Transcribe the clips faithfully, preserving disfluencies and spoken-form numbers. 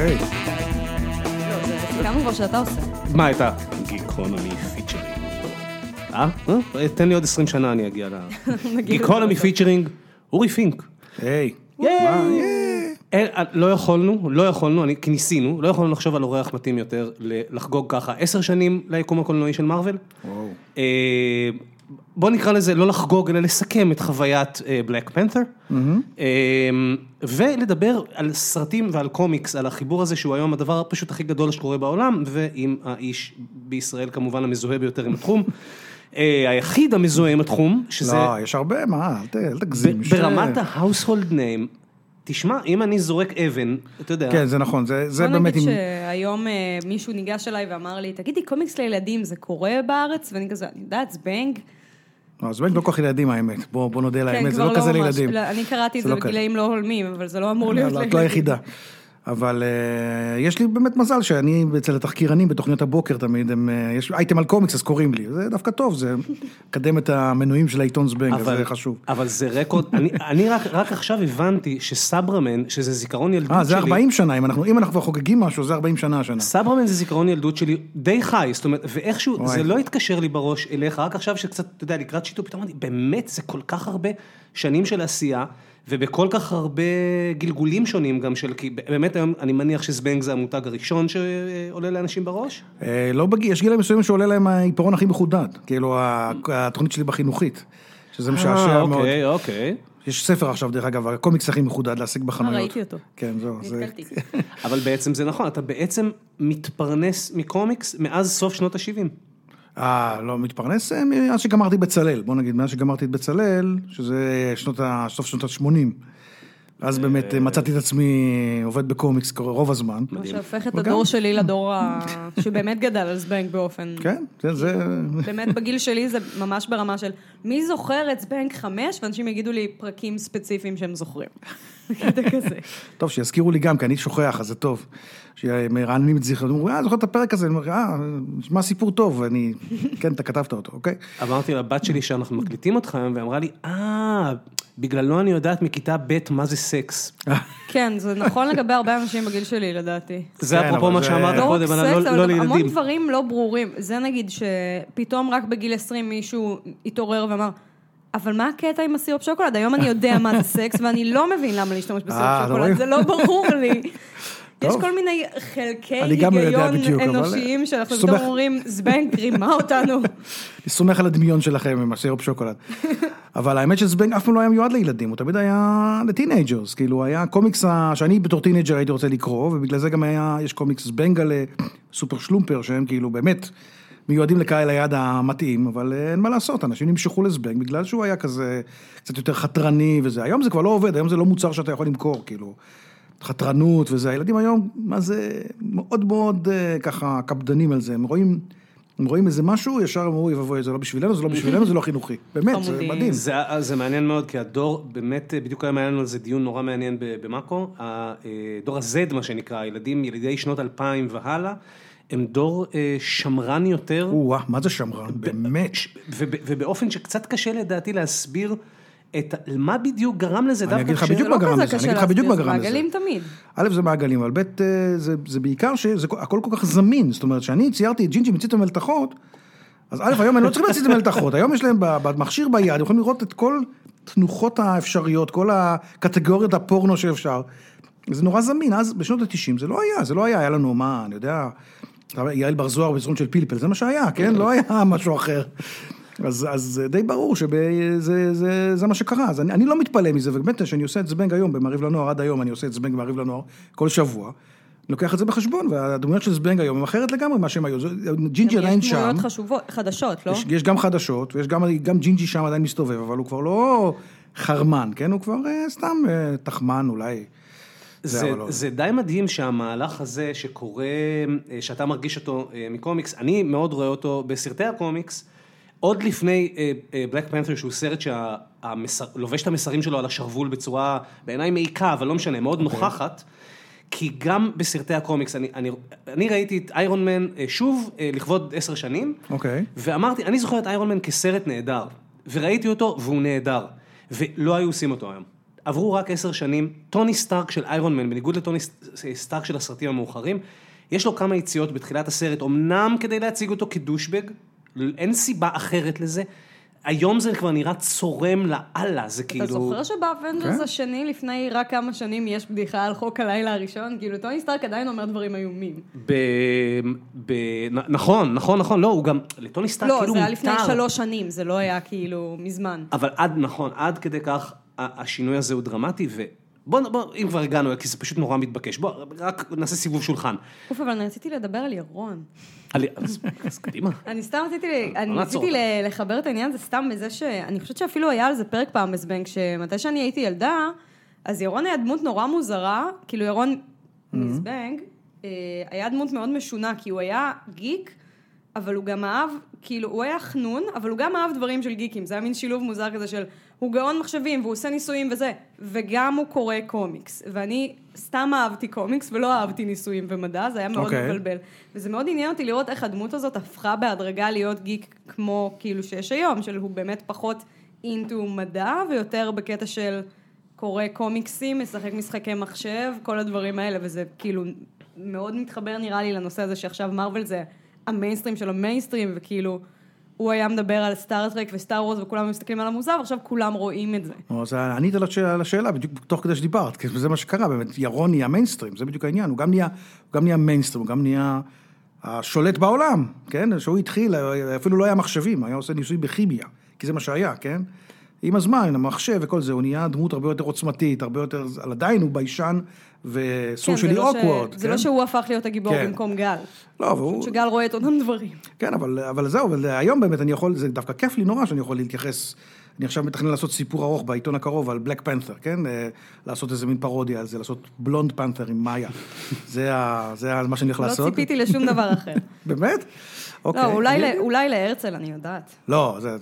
אוקיי. כמה כבר שאתה עושה? מה הייתה? גיקונומי פיצ'רינג. אה? תן לי עוד עשרים שנה אני אגיע ל... גיקונומי פיצ'רינג, אורי פינק. היי. לא יכולנו, לא יכולנו, כי ניסינו, לא יכולנו לחשוב על אורח מתאים יותר לחגוג ככה עשר שנים ליקום הקולנועי של מארוול. בוא נקרא לזה לא לחגוג, אלא לסכם את חוויית בלק פנת'ר, ולדבר על סרטים ועל קומיקס, על החיבור הזה שהוא היום הדבר הפשוט הכי גדול שקורה בעולם, ועם האיש בישראל כמובן המזוהה ביותר עם התחום, היחיד המזוהה עם התחום, שזה... לא, יש הרבה, מה, אל תגזים. ברמת ה-household name, תשמע, אם אני זורק אבן, אתה יודע... כן, זה נכון, זה באמת... בוא נגיד שהיום מישהו ניגש אליי ואמר לי, תגידי, קומיקס לילדים זה קורה בארץ? ואני כזה, אני יודעת, זבנג. לא, זבנג לא כל כך ילדים האמת, בוא נודה על האמת, זה לא כזה לילדים. אני קראתי את זה בגילאים לא הולמים, אבל זה לא אמור להיות לילדים. את לא היחידה. אבל uh, יש לי באמת מזל שאני אצל התחקירנים בתוכניות הבוקר תמיד, הם, uh, יש אייטם על קומיקס, אז קוראים לי, זה דווקא טוב, זה מקדם את המנויים של העיתון זבנג, אז זה חשוב. אבל זה רקורד, אני, אני רק, רק עכשיו הבנתי שסברמן, שזה זיכרון ילדות שלי... אה, זה ארבעים שנה, אם אנחנו, אם אנחנו כבר חוגגים משהו, זה ארבעים שנה השנה. סברמן זה זיכרון ילדות שלי די חי, זאת אומרת, ואיכשהו, אוי. זה לא התקשר לי בראש אליך, רק עכשיו שקצת, אתה יודע, לקראת שיתוף, פתאום אמרתי, באמת, זה כל כך הרבה שנים של עשייה, ובכל כך הרבה גלגולים שונים גם של, כי באמת היום אני מניח שזבנג זה המותג הראשון שעולה לאנשים בראש? לא בגיל, יש גילים מסוימים שעולה להם העיפרון הכי מחודד, כאילו התוכנית שלי בחינוכית, שזה משעשע מאוד. אוקיי, אוקיי. יש ספר עכשיו דרך אגב, הקומיקס הכי מחודד להשיג בחנויות. ראיתי אותו. כן, זהו. אבל בעצם זה נכון, אתה בעצם מתפרנס מקומיקס מאז סוף שנות ה-שבעים. אה, לא, מתפרנס מאז שגמרתי בצלל, בוא נגיד, מאז שגמרתי את בצלל, שזה שנות ה... סוף שנות ה-שמונים. אז באמת מצאתי את עצמי עובד בקומיקס רוב הזמן. מה שהופך את הדור שלי לדור שבאמת גדל על זבנג באופן... כן, זה... באמת בגיל שלי זה ממש ברמה של מי זוכר את זבנג חמש, ואנשים יגידו לי פרקים ספציפיים שהם זוכרים. זה כזה. טוב, שיזכירו לי גם, כי אני שוכח, אז זה טוב. שמרעננים את זכר, אומרים, אה, זוכר את הפרק הזה, אני אומר, אה, מה סיפור טוב, ואני, כן, אתה כתבת אותו, אוקיי? אמרתי לבת שלי שאנחנו מקליטים אותך היום, ואמרה לי, אה, בגללו אני יודעת מכיתה ב' מה זה סקס. כן, זה נכון לגבי הרבה אנשים בגיל שלי, לדעתי. זה אפרופו מה שאמרת קודם, לא לילדים. המון דברים לא ברורים. זה נגיד שפתאום רק בגיל עשרים מישהו התעורר ואמר, אבל מה הקטע עם הסירופ שוקולד? היום אני יודע מה זה סקס, ואני לא מבין למה להשתמש בסירופ שוקולד, זה לא ברור לי. יש כל מיני חלקי היגיון אנושיים שאנחנו פתאום אומרים, זבנג רימה אותנו. אני סומך על הדמיון שלכם עם הסירופ שוקולד. אבל האמת שזבנג אף פעם לא היה מיועד לילדים, הוא תמיד היה לטינג'רס, כאילו היה קומיקס שאני בתור טינג'ר הייתי רוצה לקרוא, ובגלל זה גם היה, יש קומיקס זבנג על סופר שלומפר, שהם כאילו באמת מיועדים לקהל היד המתאים, אבל אין מה לעשות, אנשים נמשכו לזבנג, בגלל שהוא היה כזה קצת יותר חתרני וזה. היום זה כבר לא עובד, היום זה לא מוצר שאתה יכול למכור, כאילו. חתרנות וזה, הילדים היום, מה זה, מאוד מאוד ככה קפדנים על זה, הם רואים, הם רואים איזה משהו, ישר הם אומרים, ובואי, זה לא בשבילנו, זה לא בשבילנו, זה לא חינוכי, באמת, זה מדהים. זה, זה מעניין מאוד, כי הדור, באמת, בדיוק היה מעניין על זה דיון נורא מעניין במאקו, הדור הזד, מה שנקרא, הילדים, ילידי שנות אלפיים והלאה, הם דור שמרן יותר. וואה, מה זה שמרן? באמת. ובאופן שקצת קשה לדעתי להסביר, את מה בדיוק גרם לזה דווקא? אני אגיד לך בדיוק מה גרם לזה, אני אגיד לך בדיוק מה גרם לזה. זה מעגלים תמיד. א' זה מעגלים, אבל ב' זה בעיקר שהכל כל כך זמין, זאת אומרת שאני ציירתי את ג'ינג'י מצית המלתחות, אז א' היום אני לא צריך להצית המלתחות, היום יש להם במכשיר ביד, הם יכולים לראות את כל תנוחות האפשריות, כל הקטגוריות הפורנו שאפשר, זה נורא זמין, אז בשנות ה-תשעים זה לא היה, זה לא היה, היה לנו מה, אני יודע, יעל בר זוהר בסרט של פלפל, זה מה שהיה, כן? לא היה משהו אחר. אז, אז די ברור שזה, זה, זה, זה מה שקרה. אז אני, אני לא מתפלא מזה, ובאמת, שאני עושה את זבנג היום, במעריב לנוער, עד היום אני עושה את זבנג במעריב לנוער, כל שבוע, לוקח את זה בחשבון, והדמויות של זבנג היום הם אחרת לגמרי מה שהם היו. ג'ינג'י עדיין שם. יש דמויות חשובות, חדשות, לא? יש, יש גם חדשות, ויש גם, גם ג'ינג'י שם עדיין מסתובב, אבל הוא כבר לא חרמן, כן? הוא כבר סתם תחמן אולי. זה, זה, לא. זה די מדהים שהמהלך הזה שקורה, שאתה מרגיש אותו מקומיקס, אני מאוד רואה אותו בסרטי הקומיקס, עוד לפני בלק פנת'ר, שהוא סרט שלובש את המסרים שלו על השרוול בצורה, בעיניי מעיקה, אבל לא משנה, מאוד נוכחת, כי גם בסרטי הקומיקס, אני, אני, אני ראיתי את איירון מן שוב לכבוד עשר שנים, ואמרתי, אני זוכר את איירון מן כסרט נהדר, וראיתי אותו והוא נהדר, ולא היו עושים אותו היום. עברו רק עשר שנים, טוני סטארק של איירון מן, בניגוד לטוני סטארק של הסרטים המאוחרים, יש לו כמה יציאות בתחילת הסרט, אמנם כדי להציג אותו כדושבג, אין סיבה אחרת לזה, היום זה כבר נראה צורם לאללה, זה כאילו... אתה זוכר שבאבנג'רס השני, לפני רק כמה שנים, יש בדיחה על חוק הלילה הראשון? כאילו, טוני סטארק עדיין אומר דברים איומים. נכון, נכון, נכון, לא, הוא גם... לטוני סטארק כאילו מותר... לא, זה היה לפני שלוש שנים, זה לא היה כאילו מזמן. אבל עד, נכון, עד כדי כך, השינוי הזה הוא דרמטי, ו... בוא, בוא, אם כבר הגענו, כי זה פשוט נורא מתבקש, בוא, רק נעשה סיבוב שולחן. אוף, אבל אני רציתי לדבר על ירון. אז קדימה. אני סתם רציתי, אני רציתי לחבר את העניין, זה סתם בזה שאני חושבת שאפילו היה על זה פרק פעם בזבנג, שמתי שאני הייתי ילדה, אז ירון היה דמות נורא מוזרה, כאילו ירון מזבנג, היה דמות מאוד משונה, כי הוא היה גיק, אבל הוא גם אהב, כאילו, הוא היה חנון, אבל הוא גם אהב דברים של גיקים, זה היה מין שילוב מוזר כזה של, הוא גאון מחשבים, והוא עושה ניסויים וזה, וגם הוא קורא קומיקס, ואני סתם אהבתי קומיקס, ולא אהבתי ניסויים ומדע, זה היה מאוד okay. מבלבל, וזה מאוד עניין אותי לראות איך הדמות הזאת הפכה בהדרגה להיות גיק כמו כאילו שיש היום, של הוא באמת פחות אינטו מדע, ויותר בקטע של קורא קומיקסים, משחק משחקי מחשב, כל הדברים האלה, וזה כאילו מאוד מתחבר נראה לי לנושא הזה, שעכשיו מרוול זה המיינסטרים של המיינסטרים, וכאילו, הוא היה מדבר על סטאר טרק וסטאר וורס, וכולם מסתכלים על המוזר, ועכשיו כולם רואים את זה. אז ענית על השאלה, בדיוק תוך כדי שדיברת, כי זה מה שקרה, באמת, ירון נהיה מיינסטרים, זה בדיוק העניין, הוא גם נהיה, הוא גם נהיה מיינסטרים, הוא גם נהיה השולט בעולם, כן? שהוא התחיל, אפילו לא היה מחשבים, היה עושה ניסוי בכימיה, כי זה מה שהיה, כן? עם הזמן, המחשב וכל זה, הוא נהיה דמות הרבה יותר עוצמתית, הרבה יותר, עדיין הוא ביישן וסושלי אוקוורד. זה לא שהוא הפך להיות הגיבור במקום גל. לא, והוא... שגל רואה את אותם דברים. כן, אבל זהו, והיום באמת אני יכול, זה דווקא כיף לי נורא שאני יכול להתייחס, אני עכשיו מתכנן לעשות סיפור ארוך בעיתון הקרוב על בלק פנת'ר, כן? לעשות איזה מין פרודיה על זה, לעשות בלונד פנת'ר עם מאיה. זה מה שאני הולך לעשות. לא ציפיתי לשום דבר אחר. באמת? לא, אולי להרצל, אני יודעת. לא, זה...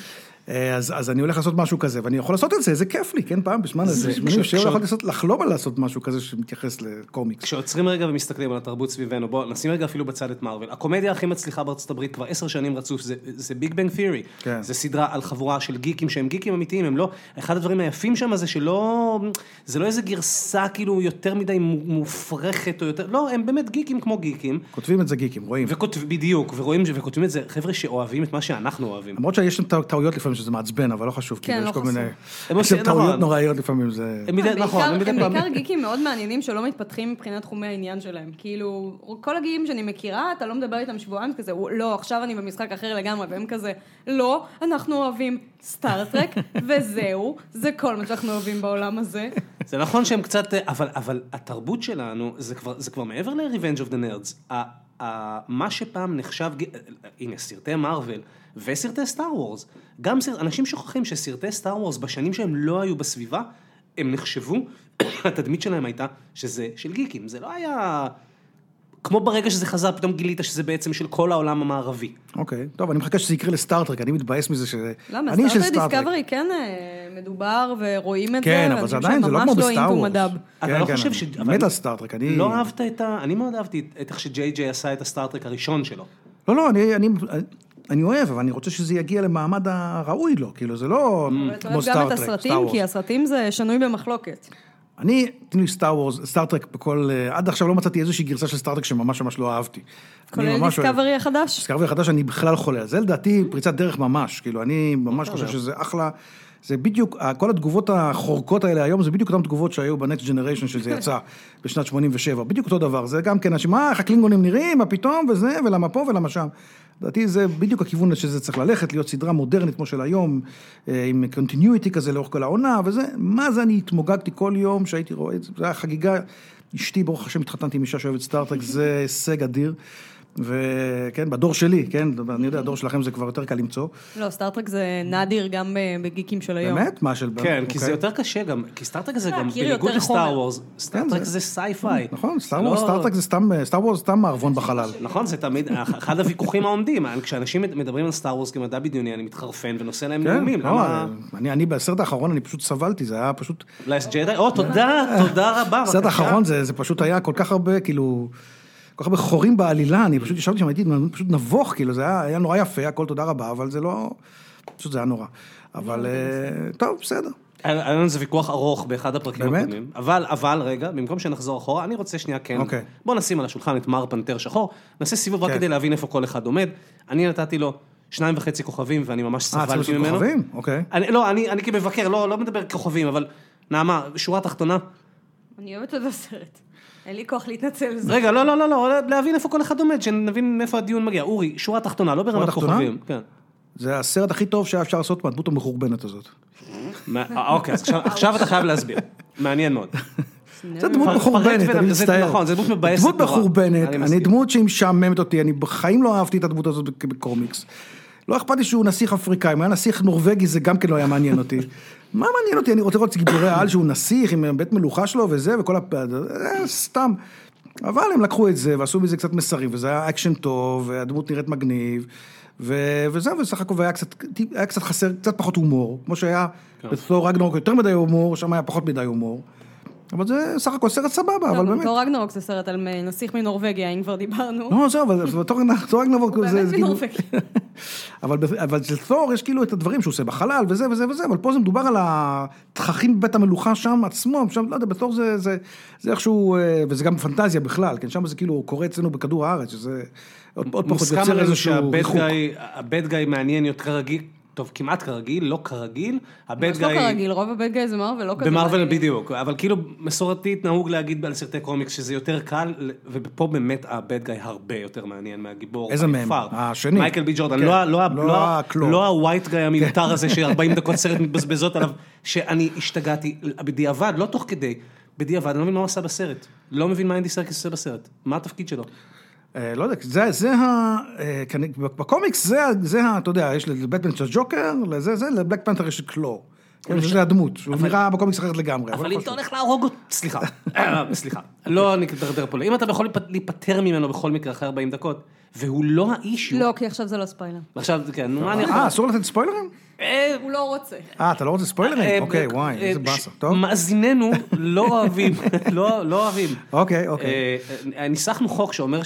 אז, אז אני הולך לעשות משהו כזה, ואני יכול לעשות את זה, זה כיף לי, כן, פעם בזמן הזה, אני שיהיה יכול לעשות, לחלום על לעשות משהו כזה שמתייחס לקומיקס. כשעוצרים רגע ומסתכלים על התרבות סביבנו, בוא, נשים רגע אפילו בצד את מרוול. הקומדיה הכי מצליחה בארצות הברית כבר עשר שנים רצוף, זה, זה ביג בנג תיאורי. כן. זה סדרה על חבורה של גיקים, שהם גיקים אמיתיים, הם לא, אחד הדברים היפים שם זה שלא, זה לא איזה גרסה כאילו יותר מדי מופרכת או יותר, לא, הם באמת גיקים כמו גיקים. כותבים את זה גיקים, רואים. וכותב, בדיוק, ורואים, וכותבים את זה, חבר'ה שאוהבים את מה שאנחנו אוהבים. למרות שיש טעויות לפעמים שזה מעצבן, אבל לא חשוב, כי יש כל מיני... יש טעויות נוראיות לפעמים, זה... הם בעיקר גיקים מאוד מעניינים שלא מתפתחים מבחינת תחומי העניין שלהם. כאילו, כל הגיקים שאני מכירה, אתה לא מדבר איתם שבועיים כזה, לא, עכשיו אני במשחק אחר לגמרי, והם כזה, לא, אנחנו אוהבים סטאר טרק, וזהו, זה כל מה שאנחנו אוהבים בעולם הזה. זה נכון שהם קצת, אבל התרבות שלנו, זה כבר מעבר ל-Revenge of the Nerds. מה שפעם נחשב, הנה, סרטי מרוול, וסרטי סטאר וורס. גם סרט, אנשים שוכחים שסרטי סטאר וורס, בשנים שהם לא היו בסביבה, הם נחשבו, התדמית שלהם הייתה שזה של גיקים. זה לא היה... כמו ברגע שזה חזר, פתאום גילית שזה בעצם של כל העולם המערבי. אוקיי, טוב, אני מחכה שזה יקרה לסטארטרק, אני מתבאס מזה ש... למה? סטארטרק דיסקאברי כן מדובר ורואים את זה, כן, אבל זה עדיין, זה לא כמו בסטאר וורס. אבל לא חושב ש... מת על סטארטרק, אני... לא אהבת את ה... אני מאוד אהבתי את איך שג'יי ג'יי עשה את הסטארטרק הראשון שלו. לא, לא, אני... אני אוהב, אבל אני רוצה שזה יגיע למעמד הראוי לו, כאילו זה לא כמו סטארטרק. גם את הסרטים, כי הסרטים זה שנוי במחלוקת. אני, תנו לי סטאר וורס, סטארטרק בכל, עד עכשיו לא מצאתי איזושהי גרסה של סטארטרק שממש ממש לא אהבתי. כולל דיסקאברי החדש? דיסקאברי החדש, אני בכלל חולה על זה, לדעתי פריצת דרך ממש, כאילו אני ממש חושב שזה אחלה, זה בדיוק, כל התגובות החורקות האלה היום, זה בדיוק אותם תגובות שהיו בנקסט ג'נריישן שזה יצא בשנת שמונים ושבע, בדיוק אותו דבר, זה גם כן אנשים, מה, איך הקלינגונים נראים, מה פתאום, וזה, ולמה פה ולמה שם. לדעתי זה בדיוק הכיוון שזה צריך ללכת, להיות סדרה מודרנית כמו של היום, עם קונטיניויטי כזה לאורך כל העונה, וזה, מה זה אני התמוגגתי כל יום שהייתי רואה את זה, זה היה חגיגה, אשתי ברוך השם התחתנתי עם אישה שאוהבת סטארטרק, זה הישג אדיר. וכן, בדור שלי, כן, אני יודע, הדור שלכם זה כבר יותר קל למצוא. לא, סטארטרק זה נדיר גם בגיקים של היום. באמת? מה של... כן, כי זה יותר קשה גם, כי סטארטרק זה גם בניגוד לסטאר וורס, סטארטרק זה סי-פיי. נכון, סטארטרק זה סתם, סטאר וורס סתם מערבון בחלל. נכון, זה תמיד, אחד הוויכוחים העומדים, כשאנשים מדברים על סטאר וורס כמדע בדיוני, אני מתחרפן ונושא להם נאומים, למה... אני בסרט האחרון, אני פשוט סבלתי, זה היה פשוט... או, תודה, תודה רבה. הסרט האחרון זה פשוט היה כל כך הרבה, כאילו... כל כך הרבה חורים בעלילה, אני פשוט ישבתי שם, הייתי פשוט נבוך, כאילו, זה היה, היה נורא יפה, הכל תודה רבה, אבל זה לא, פשוט זה היה נורא. אבל, טוב, בסדר. היה לנו זה ויכוח ארוך באחד הפרקים הקודמים, אבל, אבל, רגע, במקום שנחזור אחורה, אני רוצה שנייה כן, בוא נשים על השולחן את מר פנתר שחור, נעשה סיבוב רק כדי להבין איפה כל אחד עומד, אני נתתי לו שניים וחצי כוכבים, ואני ממש סבלתי ממנו. אה, כוכבים? אוקיי. לא, אני כמבקר, לא מדבר כוכבים, אבל נעמה, שורה תחתונה. אני אוהבת את הסרט. אין לי כוח להתנצל לזה. רגע, לא, לא, לא, לא, להבין איפה כל אחד עומד, שנבין איפה הדיון מגיע. אורי, שורה תחתונה, לא ברמת כוכבים. זה הסרט הכי טוב שהיה אפשר לעשות מהדמות המחורבנת הזאת. אוקיי, אז עכשיו אתה חייב להסביר. מעניין מאוד. זה דמות מחורבנת, אני מצטער. נכון, זה דמות מבאסת. דמות מחורבנת, אני דמות שהיא משעממת אותי, אני בחיים לא אהבתי את הדמות הזאת בקומיקס. לא אכפתי שהוא נסיך אפריקאי, אם היה נסיך נורווגי זה גם כן לא היה מעניין אותי. מה מעניין אותי? אני רוצה לראות גיבורי העל שהוא נסיך עם בית מלוכה שלו וזה וכל הפעד, סתם. אבל הם לקחו את זה ועשו מזה קצת מסרים, וזה היה אקשן טוב, והדמות נראית מגניב, וזהו, וסך הכל היה קצת חסר, קצת פחות הומור, כמו שהיה בתור רגנרוק יותר מדי הומור, שם היה פחות מדי הומור. אבל זה סך הכל סרט סבבה, אבל באמת. תור רגנרוק זה סרט על נסיך מנורווגיה, אם כבר דיברנו. לא, זהו, אבל תור רגנרוק הוא באמת מנורווגיה. אבל של תור יש כאילו את הדברים שהוא עושה בחלל וזה וזה וזה, אבל פה זה מדובר על התככים בבית המלוכה שם עצמו, שם, לא יודע, בתור זה איכשהו, וזה גם פנטזיה בכלל, כן, שם זה כאילו קורה אצלנו בכדור הארץ, שזה עוד פחות יוצר איזשהו ריחוק. הבד גאי מעניין יותר כרגיל, טוב, כמעט כרגיל, לא כרגיל. ממש לא כרגיל, רוב הבד גאי זה מרוול, לא כזה. במרוול בדיוק, אבל כאילו מסורתית נהוג להגיד על סרטי קומיקס שזה יותר קל, ופה באמת הבד גאי הרבה יותר מעניין מהגיבור. איזה מהם? השני. מייקל בי ג'ורדן, לא הווייט גאי המיותר הזה ש-ארבעים דקות סרט מתבזבזות עליו, שאני השתגעתי בדיעבד, לא תוך כדי, בדיעבד, אני לא מבין מה הוא עשה בסרט. לא מבין מה אנדי סרקיס עושה בסרט. מה התפקיד שלו? לא יודע, זה, זה ה... בקומיקס זה, זה ה... אתה יודע, יש לבטמן של ג'וקר, לזה, זה, לבלק פנתר יש קלו. זה הדמות, הוא נראה בקומיקס אחרת לגמרי. אבל אם אתה הולך להרוג אותו... סליחה, סליחה. לא נקדרדר פה. אם אתה יכול להיפטר ממנו בכל מקרה אחרי ארבעים דקות, והוא לא האישו... לא, כי עכשיו זה לא ספוילר. עכשיו, כן, מה אני יכול... אה, אסור לתת ספוילרים? הוא לא רוצה. אה, אתה לא רוצה ספוילרים? אוקיי, וואי, איזה באסה. טוב. מאזיננו לא אוהבים, לא אוהבים. אוקיי, אוקיי. ניסחנו חוק שאומר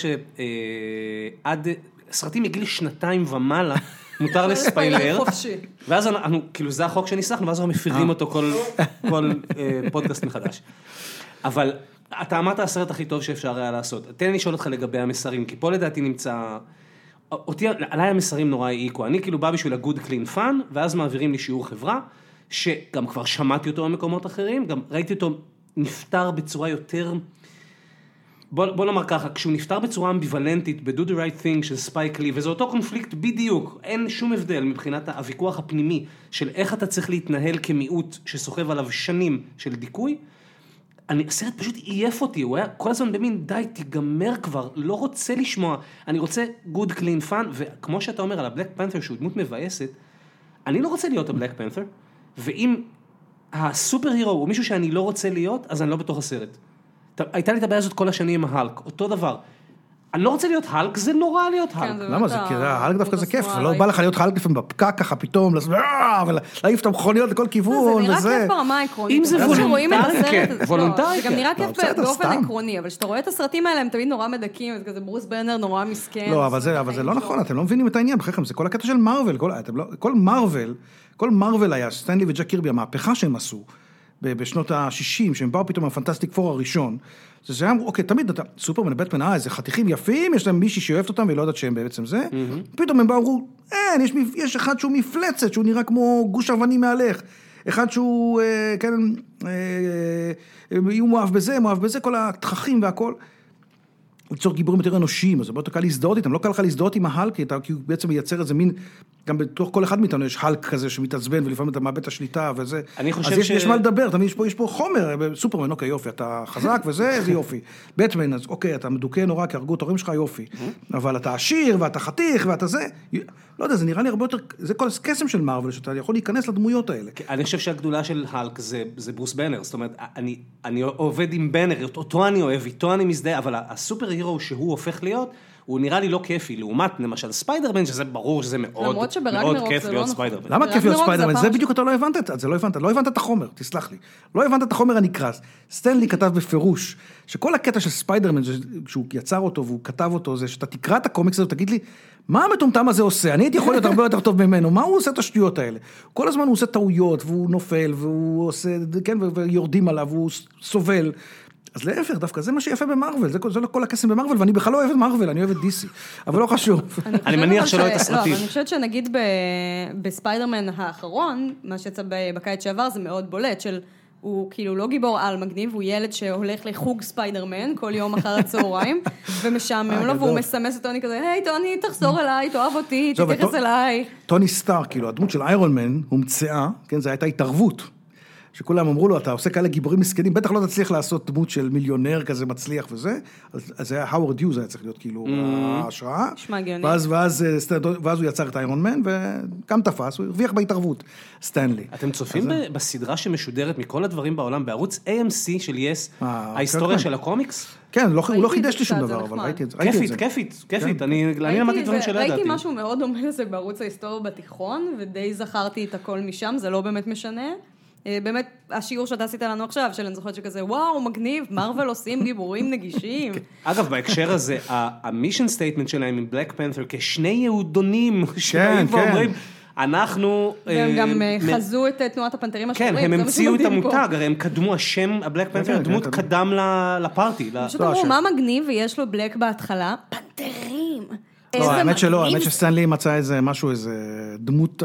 שעד סרטים מגיל שנתיים ומעלה, מותר לספיילר. ואז אנחנו, כאילו זה החוק שניסחנו, ואז אנחנו מפירים אותו כל פודקאסט מחדש. אבל אתה אמרת הסרט הכי טוב שאפשר היה לעשות. תן לי לשאול אותך לגבי המסרים, כי פה לדעתי נמצא... אותי, עליי המסרים נורא העיקו, אני כאילו בא בשביל ה-good clean fun, ואז מעבירים לי שיעור חברה, שגם כבר שמעתי אותו במקומות אחרים, גם ראיתי אותו נפטר בצורה יותר, בוא, בוא נאמר ככה, כשהוא נפטר בצורה אמביוולנטית, ב-do the right thing של ספייק לי, וזה אותו קונפליקט בדיוק, אין שום הבדל מבחינת הוויכוח הפנימי, של איך אתה צריך להתנהל כמיעוט, שסוחב עליו שנים של דיכוי, אני, הסרט פשוט עייף אותי, הוא היה כל הזמן במין, די, תיגמר כבר, לא רוצה לשמוע, אני רוצה good clean fun, וכמו שאתה אומר על הבלק פנת'ר, שהוא דמות מבאסת, אני לא רוצה להיות הבלק פנת'ר, ואם הסופר הירו הוא מישהו שאני לא רוצה להיות, אז אני לא בתוך הסרט. הייתה לי את הבעיה הזאת כל השנים עם ההלק, אותו דבר. אני לא רוצה להיות הלק, זה נורא להיות הלק. למה זה? כי ההלק דווקא זה כיף, ולא בא לך להיות הלק לפעמים בפקק ככה פתאום, ולהעיף את המכוניות לכל כיוון, וזה. זה נראה כיף ברמה העקרונית. אם זה וולונטרי, כן. זה גם נראה כיף באופן עקרוני, אבל כשאתה רואה את הסרטים האלה, הם תמיד נורא מדקים, זה כזה ברוס בנר נורא מסכן. לא, אבל זה לא נכון, אתם לא מבינים את העניין, בכלל, זה כל הקטע של מרוול, כל מרוול, כל מרוול היה, סטנלי וג'ק קירבי, המהפכה שהם עשו, בשנות ה-שישים, שהם באו פתאום מהפנטסטיק פור הראשון, זה שהם אמרו, אוקיי, תמיד אתה, סופרמן, בטמן, אה, איזה חתיכים יפים, יש להם מישהי שאוהבת אותם, והיא לא יודעת שהם בעצם זה, פתאום הם באו, אמרו, אין, יש, יש אחד שהוא מפלצת, שהוא נראה כמו גוש אבנים מהלך, אחד שהוא, אה, כן, אה, אה, יהיו מואב בזה, מואב בזה, כל התככים והכל, ליצור גיבורים יותר אנושיים, אז זה יותר קל להזדהות איתם, לא קל לך להזדהות עם ההלק, כי הוא בעצם מייצר איזה מין, גם בתוך כל אחד מאיתנו יש הלק כזה שמתעצבן, ולפעמים אתה מאבד את השליטה וזה. אני חושב אז יש, ש... יש מה לדבר, תמיד יש פה, יש פה חומר, סופרמן, אוקיי, יופי, אתה חזק וזה, זה יופי. בטמן, אז אוקיי, אתה מדוכא נורא, כי הרגו את ההורים שלך, יופי. אבל אתה עשיר, ואתה חתיך, ואתה זה, לא יודע, זה נראה לי הרבה יותר, זה כל קסם של מארוול, שאתה יכול להיכנס לדמויות האלה. אני חושב שהגדולה של הלק זה, זה ברוס בנר, זאת אומרת, אני, אני עובד עם בנר, אותו אני אוהב, איתו אני מזדהה, אבל הסופר הירו שהוא הופך להיות, הוא נראה לי לא כיפי, לעומת למשל ספיידרמן, שזה ברור שזה מאוד מאוד כיף להיות ספיידרמן. למה כיף להיות ספיידרמן? זה בדיוק אתה לא הבנת את זה, לא הבנת, לא הבנת את החומר, תסלח לי. לא הבנת את החומר הנקרס. סטנלי כתב בפירוש, שכל הקטע של ספיידרמן, כשהוא יצר אותו והוא כתב אותו, זה שאתה תקרא את הקומיקס הזה ותגיד לי, מה המטומטם הזה עושה? אני הייתי יכול להיות הרבה יותר טוב ממנו, מה הוא עושה את השטויות האלה? כל הזמן הוא עושה טעויות, והוא נופל, והוא עושה, כן, ויורדים עליו, והוא סובל. אז להפך, דווקא זה מה שיפה במרוול, זה, זה לא כל הקסם במרוול, ואני בכלל לא אוהב את מרוול, אני אוהב את די סי, אבל לא חשוב. אני מניח שלא את הסרטים. אני חושבת שנגיד בספיידרמן האחרון, מה שיצא בקיץ שעבר, זה מאוד בולט, של הוא כאילו לא גיבור על מגניב, הוא ילד שהולך לחוג ספיידרמן כל יום אחר הצהריים, ומשעמם לו, והוא מסמס את טוני כזה, היי טוני, תחזור אליי, תאהב אותי, תתייחס אליי. טוני סטארק, כאילו, הדמות של איירון מן, הומצאה, כן, זו הייתה התערבות. שכולם אמרו לו, אתה עושה כאלה גיבורים מסכנים, בטח לא תצליח לעשות דמות של מיליונר כזה מצליח וזה, אז זה היה האוורד יוז, היה צריך להיות כאילו ההשראה, ואז הוא יצר את איירון מן, וגם תפס, הוא הרוויח בהתערבות, סטנלי. אתם צופים בסדרה שמשודרת מכל הדברים בעולם, בערוץ איי אם סי של יס, ההיסטוריה של הקומיקס? כן, הוא לא חידש לי שום דבר, אבל ראיתי את זה. כיפית, כיפית, כיפית, אני למדתי דברים שלא ידעתי. ראיתי משהו מאוד דומה לזה בערוץ ההיסטוריה בתיכון, ודי זכרתי את הכל משם, זה לא באמת משנה. באמת, השיעור שאתה עשית לנו עכשיו, של אני זוכרת שכזה, וואו, מגניב, מרוול עושים גיבורים נגישים. אגב, בהקשר הזה, המישן סטייטמנט שלהם עם בלק פנת'ר, כשני יהודונים שבאים ואומרים, אנחנו... והם גם חזו את תנועת הפנתרים השחורים. כן, הם המציאו את המותג, הרי הם קדמו, השם, הבלק פנת'ר, הדמות קדם לפארטי. פשוט אמרו, מה מגניב, ויש לו בלק בהתחלה? פנתרים. לא, האמת שלא, האמת שסטנלי מצא איזה משהו, איזה דמות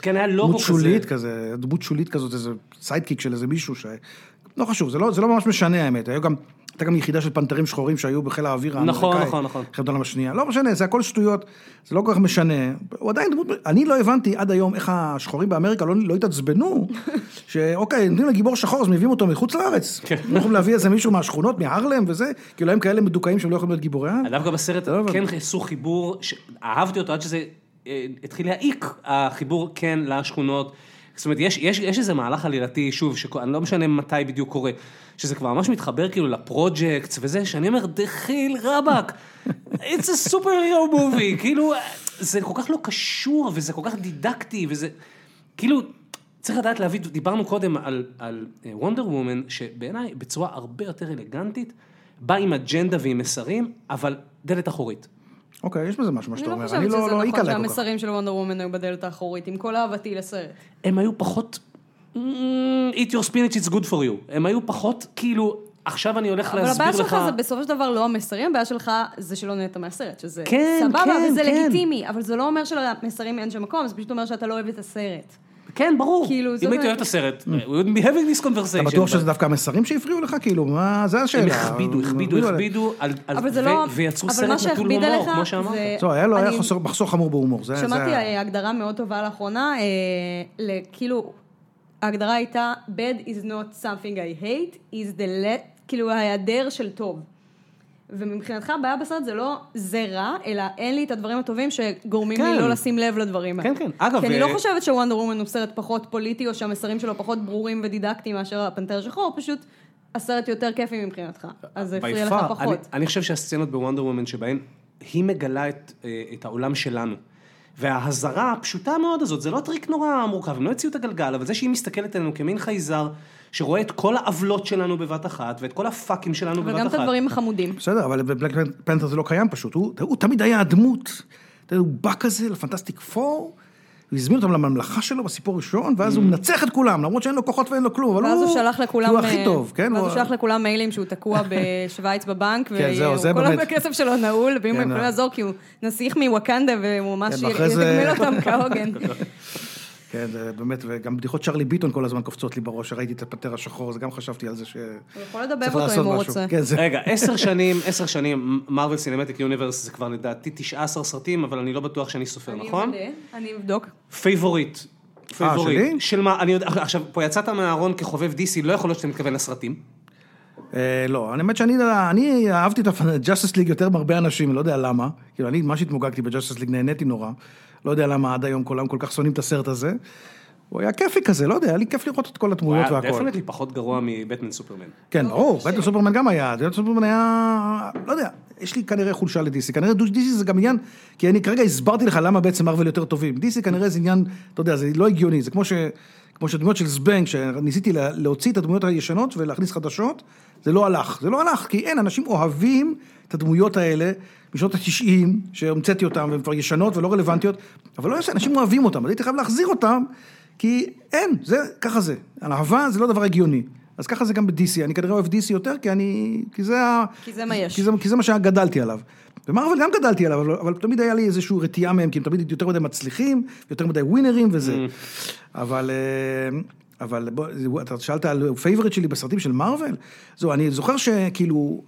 שולית כזה, דמות שולית כזאת, איזה סיידקיק של איזה מישהו ש... לא חשוב, זה לא ממש משנה האמת, היו גם... הייתה גם יחידה של פנתרים שחורים שהיו בחיל האוויר האמריקאי. נכון, נכון, נכון. אחרי העולם השנייה. לא משנה, זה הכל שטויות, זה לא כל כך משנה. הוא עדיין דמות, אני לא הבנתי עד היום איך השחורים באמריקה לא, לא התעצבנו, שאוקיי, נותנים לגיבור שחור, אז מביאים אותו מחוץ לארץ. לא יכולים להביא איזה מישהו מהשכונות, מהרלם וזה, כאילו הם כאלה מדוכאים שהם לא יכולים להיות גיבורי. דווקא בסרט כן עשו חיבור, אהבתי אותו עד שזה התחיל להעיק החיבור כן לשכונות. זאת אומרת, יש, יש, יש איזה מהלך עלילתי, שוב, שאני לא משנה מתי בדיוק קורה, שזה כבר ממש מתחבר כאילו לפרוג'קט וזה, שאני אומר, דחיל רבק, it's a superhero movie, כאילו, זה כל כך לא קשור, וזה כל כך דידקטי, וזה, כאילו, צריך לדעת להביא, דיברנו קודם על, על וונדר וומן, שבעיניי, בצורה הרבה יותר אלגנטית, בא עם אג'נדה ועם מסרים, אבל דלת אחורית. אוקיי, יש בזה משהו מה שאתה אומר. אני לא חושבת שזה נכון שהמסרים של וונדר וומן היו בדלת האחורית, עם כל אהבתי לסרט. הם היו פחות, eat your spinach, it's good for you. הם היו פחות, כאילו, עכשיו אני הולך להסביר לך... אבל הבעיה שלך זה בסופו של דבר לא המסרים, הבעיה שלך זה שלא נהיית מהסרט, שזה סבבה וזה לגיטימי, אבל זה לא אומר שלמסרים אין שם מקום, זה פשוט אומר שאתה לא אוהב את הסרט. כן, ברור. אם הייתי אוהב את הסרט, we would be having this conversation. אתה בטוח שזה דווקא המסרים שהפריעו לך, כאילו, מה, זה השאלה. הם הכבידו, הכבידו, הכבידו, ויצרו סרט נטול הומור, כמו שאמרת. היה לו, היה מחסור חמור בהומור. שמעתי הגדרה מאוד טובה לאחרונה, כאילו, ההגדרה הייתה, bad is not something I hate, is the let, כאילו, ההיעדר של טוב. ומבחינתך הבעיה בסרט זה לא זה רע, אלא אין לי את הדברים הטובים שגורמים לי לא לשים לב לדברים האלה. כן, כן. אגב... כי אני לא חושבת שוונדר וומן הוא סרט פחות פוליטי, או שהמסרים שלו פחות ברורים ודידקטיים מאשר הפנתר השחור, פשוט הסרט יותר כיפי מבחינתך. אז זה הפריע לך פחות. אני חושב שהסצנות בוונדר וומן שבהן היא מגלה את העולם שלנו. וההזרה הפשוטה מאוד הזאת, זה לא טריק נורא מורכב, הם לא הציעו את הגלגל, אבל זה שהיא מסתכלת עלינו כמין חייזר, שרואה את כל העוולות שלנו בבת אחת, ואת כל הפאקים שלנו בבת אחת. וגם את הדברים החמודים. בסדר, אבל בבלק פנת'ר זה לא קיים פשוט, הוא, הוא תמיד היה הדמות, הוא בא כזה לפנטסטיק פור, הוא הזמין אותם לממלכה שלו בסיפור ראשון, ואז הוא מנצח את כולם, למרות שאין לו כוחות ואין לו כלום, אבל הוא, הוא שלח לכולם, הוא הכי טוב, כן? ואז הוא שלח לכולם מיילים שהוא תקוע בשוויץ בבנק, וכל הכסף שלו נעול, ואם הוא יכול לעזור, כי הוא נסיך מווקנדה, והוא ממש יתגמל אותם כהוגן. כן, זה באמת, וגם בדיחות צ'רלי ביטון כל הזמן קופצות לי בראש, ראיתי את הפנתר השחור, אז גם חשבתי על זה ש... הוא יכול לדבר אותו אם הוא רוצה. רגע, עשר שנים, עשר שנים, מרוול סינמטיק יוניברס, זה כבר לדעתי תשעה עשר סרטים, אבל אני לא בטוח שאני סופר, נכון? אני אבדק, אני אבדוק. פייבוריט. פייבוריט. של מה, אני יודע, עכשיו, פה יצאת מהארון כחובב די סי, לא יכול להיות שאתה מתכוון לסרטים. לא, אני באמת שאני אהבתי את Justice League יותר מהרבה אנשים, לא יודע למה, כאילו אני ממש התמוגגתי ב-Justice League, נהניתי נורא, לא יודע למה עד היום כולם כל כך שונאים את הסרט הזה, הוא היה כיפי כזה, לא יודע, היה לי כיף לראות את כל התמונות והכל. הוא היה דפנטלי פחות גרוע מבטמן סופרמן. כן, ברור, בטמן סופרמן גם היה, בטמן סופרמן היה, לא יודע, יש לי כנראה חולשה ל-די סי, כנראה די סי זה גם עניין, כי אני כרגע הסברתי לך למה בעצם מארוול יותר טובים, די סי כנראה זה עניין, אתה יודע, זה לא הגיוני, זה כמו ש... כמו שהדמויות של זבנג, שניסיתי להוציא את הדמויות הישנות ולהכניס חדשות, זה לא הלך, זה לא הלך, כי אין, אנשים אוהבים את הדמויות האלה, בשנות ה-תשעים, שהמצאתי אותם, והן כבר ישנות ולא רלוונטיות, אבל לא יעשה, אנשים אוהבים אותם, אז הייתי חייב להחזיר אותם, כי אין, זה, ככה זה. האהבה זה לא דבר הגיוני. אז ככה זה גם ב-די סי, אני כנראה אוהב די סי יותר, כי אני, כי זה ה... כי זה מה יש. כי זה, כי זה מה שגדלתי עליו. ומארוול גם גדלתי עליו, אבל, אבל תמיד היה לי איזושהי רתיעה מהם, כי הם תמיד יותר מדי מצליחים, יותר מדי ווינרים וזה. אבל, אבל בוא, אתה שאלת על פייבורית שלי בסרטים של מארוול, זו, אני זוכר שכאילו,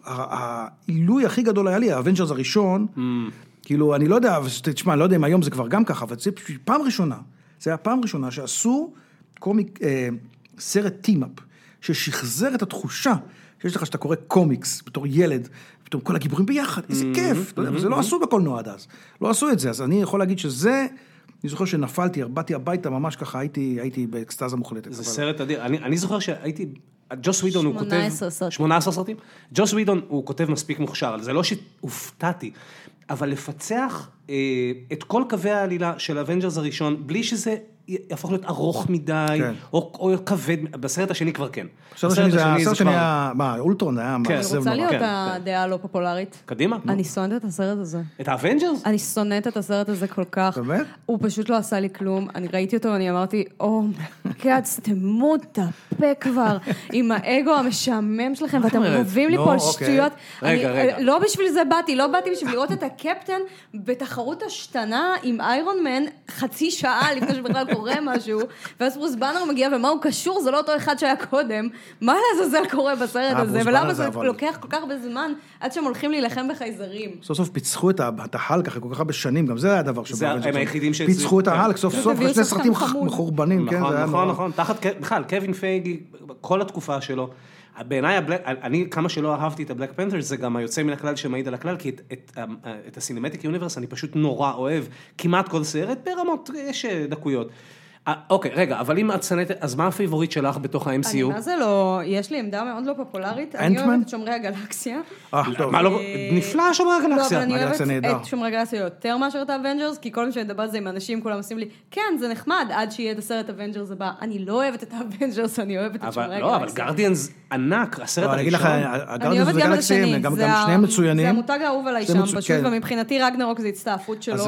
העילוי הכי גדול היה לי, האבנג'רס הראשון, כאילו, אני לא יודע, תשמע, אני לא יודע אם היום זה כבר גם ככה, אבל זה פעם ראשונה, זה היה פעם ראשונה שעשו קומיק, אה, סרט טים-אפ, ששחזר את התחושה, שיש לך שאתה קורא קומיקס, בתור ילד, פתאום כל הגיבורים ביחד, איזה כיף, אתה יודע, וזה לא עשו בקולנוע עד אז, לא עשו את זה, אז אני יכול להגיד שזה, אני זוכר שנפלתי, באתי הביתה, ממש ככה, הייתי, הייתי באקסטאזה מוחלטת. זה סרט אדיר, אני, אני זוכר שהייתי, ג'וס ווידון הוא כותב, שמונה עשרה סרטים, ג'וס ווידון הוא כותב מספיק מוכשר, זה לא שהופתעתי, אבל לפצח אה, את כל קווי העלילה של האבנג'רס הראשון, בלי שזה יהפוך להיות ארוך מדי, כן. או, או כבד, בסרט השני כבר כן. בסרט השני זה, הסרט השני היה, מה, אולטרון היה, כן. מה, אני רוצה להיות כן, הדעה הלא פופולרית. קדימה. אני שונאת את הסרט הזה. את האבנג'רס? אני שונאת את הסרט הזה כל כך. באמת? הוא פשוט לא עשה לי כלום, אני ראיתי אותו ואני אמרתי, או, גאד, סתמו את הפה כבר, עם האגו המשעמם שלכם, ואתם רבים לי פה על שטויות. רגע, רגע. לא בשביל זה באתי, לא באתי בשביל לראות את הקפטן בתחרות השתנה עם איירון מן חצי שעה לפני שבכלל קורה משהו, ואז ברוס באנר מגיע, ומה הוא קשור? זה לא אותו אחד שהיה קודם. מה לעזאזל קורה בסרט הזה? ולמה זה לוקח כל כך הרבה זמן עד שהם הולכים להילחם בחייזרים? סוף סוף פיצחו את ההלק אחרי כל כך הרבה שנים, גם זה היה הדבר שבו. הם היחידים שהצליחו. פיצחו את ההלק, סוף סוף, שני סרטים מחורבנים. נכון, נכון, נכון. תחת, בכלל, קווין פייגי, כל התקופה שלו, בעיניי, אני כמה שלא אהבתי את הבלק פנת'ר, זה גם היוצא מן הכלל שמעיד על הכלל, כי את, את, את הסינמטיק יוניברס אני פשוט נורא אוהב, כמעט כל סרט, ברמות יש דקויות. אוקיי, רגע, אבל אם את שנאת, אז מה הפייבורית שלך בתוך ה-אם סי יו? אני מה זה לא, יש לי עמדה מאוד לא פופולרית, אני אוהבת את שומרי הגלקסיה. מה לא, נפלא שומרי הגלקסיה. לא, אבל אני אוהבת את שומרי הגלקסיה יותר מאשר את האבנג'רס, כי כל מי שאני מדבר על זה עם אנשים, כולם עושים לי, כן, זה נחמד, עד שיהיה את הסרט האבנג'רס הבא. אני לא אוהבת את האבנג'רס, אני אוהבת את שומרי הגלקסיה. לא, אבל גרדיאנס ענק, הסרט הראשון. אני אגיד לך, הגרדיאנס וגלקסיה, גם שניהם מצוינים. זה המותג האהוב עליי שם, פשוט, ומבחינתי רגנרוק זה הצטעפות שלו.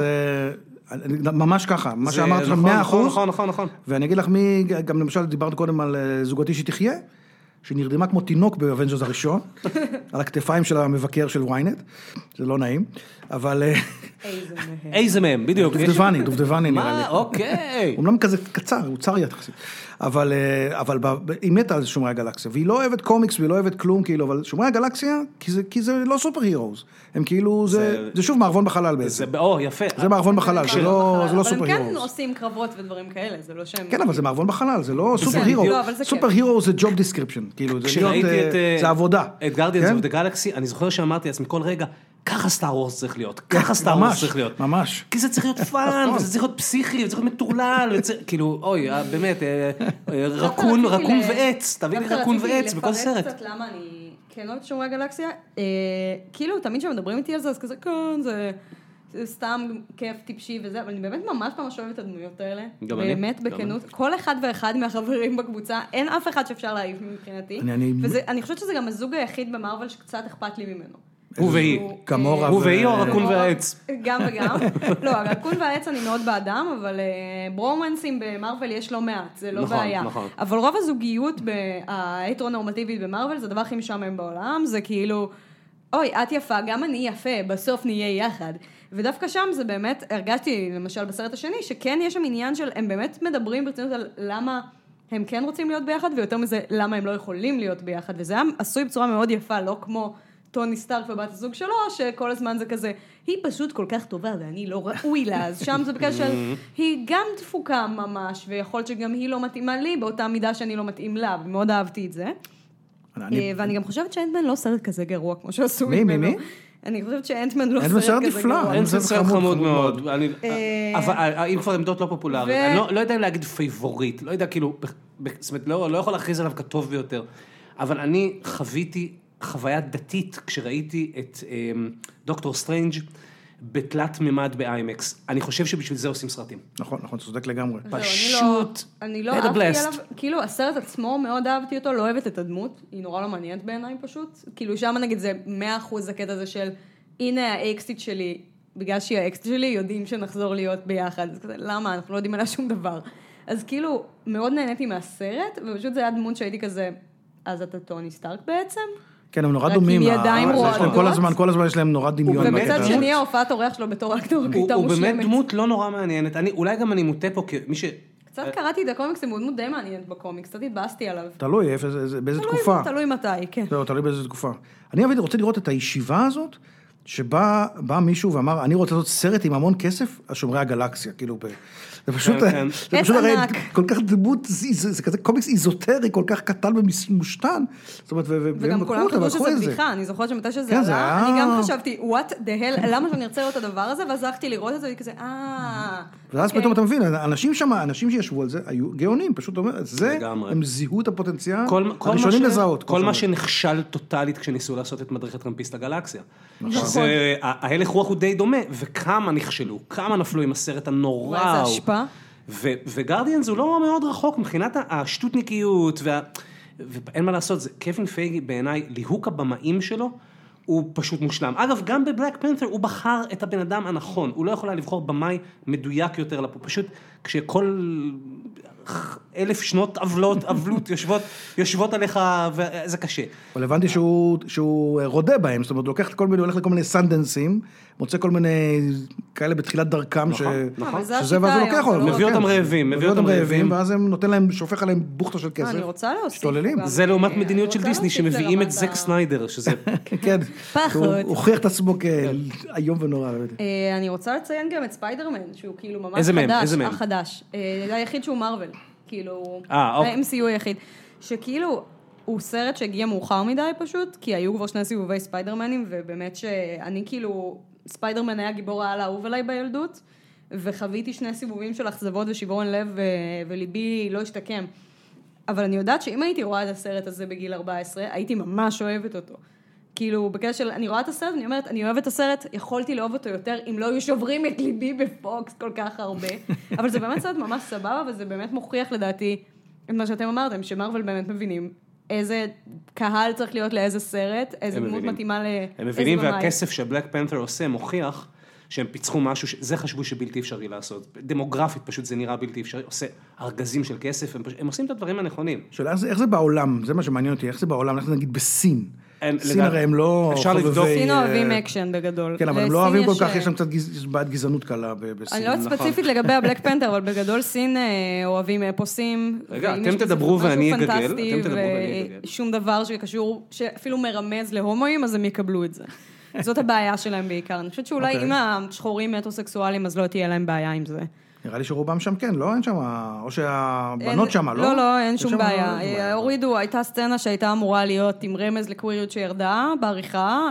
ממש ככה, מה שאמרת לך מאה אחוז. נכון, נכון, נכון. ואני אגיד לך מי, גם למשל דיברת קודם על זוגתי שתחיה, שנרדמה כמו תינוק באבנג'רס הראשון, על הכתפיים של המבקר של וויינט, זה לא נעים, אבל... איזה מהם, בדיוק. דובדבני, דובדבני נראה לי. מה, אוקיי. אומנם כזה קצר, הוא צר יחסית. אבל, אבל היא מתה על שומרי הגלקסיה, והיא לא אוהבת קומיקס, והיא לא אוהבת כלום, כאילו, אבל שומרי הגלקסיה, כי זה, כי זה לא סופר הירוס. הם כאילו, זה, זה שוב מערבון בחלל בעצם. זה, או, יפה. זה מערבון בחלל, זה לא, זה לא סופר הירוס. אבל הם כן עושים קרבות ודברים כאלה, זה לא שהם... כן, אבל זה מערבון בחלל, זה לא סופר הירוס. סופר הירוס זה ג'וב דיסקריפשן, כאילו, זה עבודה. את גרדיאנס אוף דה גלקסי, אני זוכר שאמרתי לעצמי כל רגע, ככה סטאר וורס צריך להיות, ככה סטאר וורס צריך להיות. ממש. כי זה צריך להיות פאן, וזה צריך להיות פסיכי, וזה צריך להיות מטורלל, כאילו, אוי, באמת, רקון, רקון ועץ, תביא לי רקון ועץ בכל סרט. לפרט קצת למה אני כן אוהבת שומרי הגלקסיה, כאילו, תמיד שמדברים איתי על זה, אז כזה, כן, זה סתם כיף טיפשי וזה, אבל אני באמת ממש ממש אוהבת את הדמויות האלה. באמת, בכנות. כל אחד ואחד מהחברים בקבוצה, אין אף אחד שאפשר להעיף מבחינתי. ואני חושבת שזה גם הזוג היחיד במרוול שקצת אכפת לי ממנו. הוא והיא. כמורה. הוא והיא או הרקון והעץ? גם וגם. לא, הרקון והעץ אני מאוד באדם, אבל ברומנסים במרוול יש לא מעט, זה לא בעיה. אבל רוב הזוגיות ההטרונורמטיבית במרוול זה הדבר הכי משעמם בעולם, זה כאילו, אוי, את יפה, גם אני יפה, בסוף נהיה יחד. ודווקא שם זה באמת, הרגשתי למשל בסרט השני, שכן יש שם עניין של, הם באמת מדברים ברצינות על למה הם כן רוצים להיות ביחד, ויותר מזה, למה הם לא יכולים להיות ביחד, וזה היה עשוי בצורה מאוד יפה, לא כמו טוני סטארק ובת הזוג שלו, שכל הזמן זה כזה, היא פשוט כל כך טובה, ואני לא ראוי לה, אז שם זה בקשר של, היא גם דפוקה ממש, ויכול להיות שגם היא לא מתאימה לי, באותה מידה שאני לא מתאים לה, ומאוד אהבתי את זה. ואני גם חושבת שאנטמן לא סרט כזה גרוע, כמו שעשו ממנו. מי, מי, מי? אני חושבת שאנטמן לא סרט כזה גרוע. אנטמן סרט חמוד מאוד. אבל אם כבר עמדות לא פופולריות, אני לא יודע אם להגיד פייבורית, לא יודע, כאילו, זאת אומרת, לא יכול להכריז עליו כטוב ביותר, אבל אני חוויתי חוויה דתית כשראיתי את דוקטור סטרנג' בתלת ממד באיימקס. אני חושב שבשביל זה עושים סרטים. נכון, נכון, צודק לגמרי. פשוט, אני לא אהבתי עליו, כאילו הסרט עצמו מאוד אהבתי אותו, לא אוהבת את הדמות, היא נורא לא מעניינת בעיניי פשוט. כאילו שם נגיד זה מאה אחוז הקטע הזה של, הנה האקסטית שלי, בגלל שהיא האקסטית שלי, יודעים שנחזור להיות ביחד. אז כזה, למה? אנחנו לא יודעים עליה שום דבר. אז כאילו, מאוד נהניתי מהסרט, ופשוט זה היה דמות שהייתי כזה, אז אתה טוני סטארק בעצם? כן, הם נורא דומים. רק עם ידיים רועדות. כל הזמן, כל הזמן יש להם נורא דמיון. ובצד שני, ההופעת אורח שלו בתור אקטור, הייתה מושלמת. הוא באמת דמות לא נורא מעניינת. אולי גם אני מוטה פה כמי ש... קצת קראתי את הקומיקס, זה דמות די מעניינת בקומיקס, קצת התבאסתי עליו. תלוי, באיזה תקופה. תלוי מתי, כן. תלוי באיזה תקופה. אני רוצה לראות את הישיבה הזאת, שבה מישהו ואמר, אני רוצה לעשות סרט עם המון כסף, על שומרי הגלקסיה, כאילו, זה פשוט, זה פשוט הרי כל כך דמות, זה כזה קומיקס איזוטרי, כל כך קטן ומושתן, זאת אומרת, וגם כולם חשבו שזה בדיחה, אני זוכרת שמתי שזה עלה, אני גם חשבתי, what the hell, למה שאני ארצה לראות את הדבר הזה, ואז הלכתי לראות את זה, וכזה, אה, ואז פתאום אתה מבין, אנשים שם, אנשים שישבו על זה, היו גאונים, פשוט אומר, זה, הם זיהו את הפוטנציאל, הראשונים לזהות. כל מה שנכשל טוטלית כשניסו לעשות את מדריך הטרמפיסט לגלקסיה. ההלך רוח הוא די דומה, וכמה נכשלו, כמה נפלו עם הסרט הנורא. וואי, זה השפעה. וגרדיאנס הוא לא מאוד רחוק מבחינת השטותניקיות, ואין מה לעשות, קווין פייגי בעיניי, ליהוק הבמאים שלו, הוא פשוט מושלם. אגב, גם בבלק פנת'ר הוא בחר את הבן אדם הנכון, הוא לא יכול לבחור במאי מדויק יותר, פשוט כשכל אלף שנות עוולות, עוולות, יושבות, יושבות עליך, וזה קשה. אבל הבנתי שהוא, שהוא רודה בהם, זאת אומרת, הוא לוקח כל מיני, הולך לכל מיני סנדנסים, מוצא כל מיני כאלה בתחילת דרכם, ש... נכון. שזה, ואז הוא לוקח אותם. מביא אותם רעבים, מביא אותם רעבים, ואז הם נותן להם, שופך עליהם בוכטה של כסף. אני רוצה להוסיף. שתוללים. זה לעומת מדיניות של דיסני, שמביאים את זק סניידר, שזה... כן. הוא הוכיח את עצמו כאיום ונורא. אני רוצה לציין גם את ספיידרמן, שהוא כאילו ממש חדש, החדש. זה היחיד שהוא מרוול. כאילו, ה-אם סי יו היחיד, שכאילו, הוא סרט שהגיע מאוחר מדי פשוט, כי היו כבר שני סיבובי ספיידרמנים, ובאמת שאני כאילו, ספיידרמן היה גיבור העל האהוב עליי בילדות, וחוויתי שני סיבובים של אכזבות ושיברון לב, ו- וליבי לא השתקם. אבל אני יודעת שאם הייתי רואה את הסרט הזה בגיל ארבע עשרה, הייתי ממש אוהבת אותו. כאילו, בקטע של, אני רואה את הסרט, אני אומרת, אני אוהבת את הסרט, יכולתי לאהוב אותו יותר, אם לא היו שוברים את ליבי בפוקס כל כך הרבה. אבל זה באמת סרט ממש סבבה, וזה באמת מוכיח לדעתי, את מה שאתם אמרתם, שמרוול באמת מבינים, איזה קהל צריך להיות לאיזה סרט, איזה דמות מתאימה לאיזה במאי. הם מבינים, והכסף שבלק פנת'ר עושה מוכיח, שהם פיצחו משהו, זה חשבו שבלתי אפשרי לעשות. דמוגרפית פשוט זה נראה בלתי אפשרי, עושה ארגזים של כסף, הם, הם עושים את הדברים הנכונים. שאלה, איך זה בעולם? זה מה שמעניין אותי, איך זה בעולם? איך זה נגיד בסין? סין הרי הם לא... אפשר לבדוק. סין אוהבים אקשן בגדול. כן, אבל הם לא אוהבים כל כך, יש להם קצת בעד גזענות קלה בסין. אני לא יודעת ספציפית לגבי הבלק פנת'ר, אבל בגדול סין אוהבים אפוסים. רגע, אתם תדברו ואני אגגל. שום דבר שקשור, שאפילו מרמז להומואים, אז הם יקבלו את זה. זאת הבעיה שלהם בעיקר. אני חושבת שאולי אם השחורים מטרוסקסואלים, אז לא תהיה להם בעיה עם זה. נראה לי שרובם שם כן, לא? אין שם, או שהבנות שם, לא? לא, לא, אין שום בעיה. הורידו, הייתה סצנה שהייתה אמורה להיות עם רמז לקוויריות שירדה בעריכה.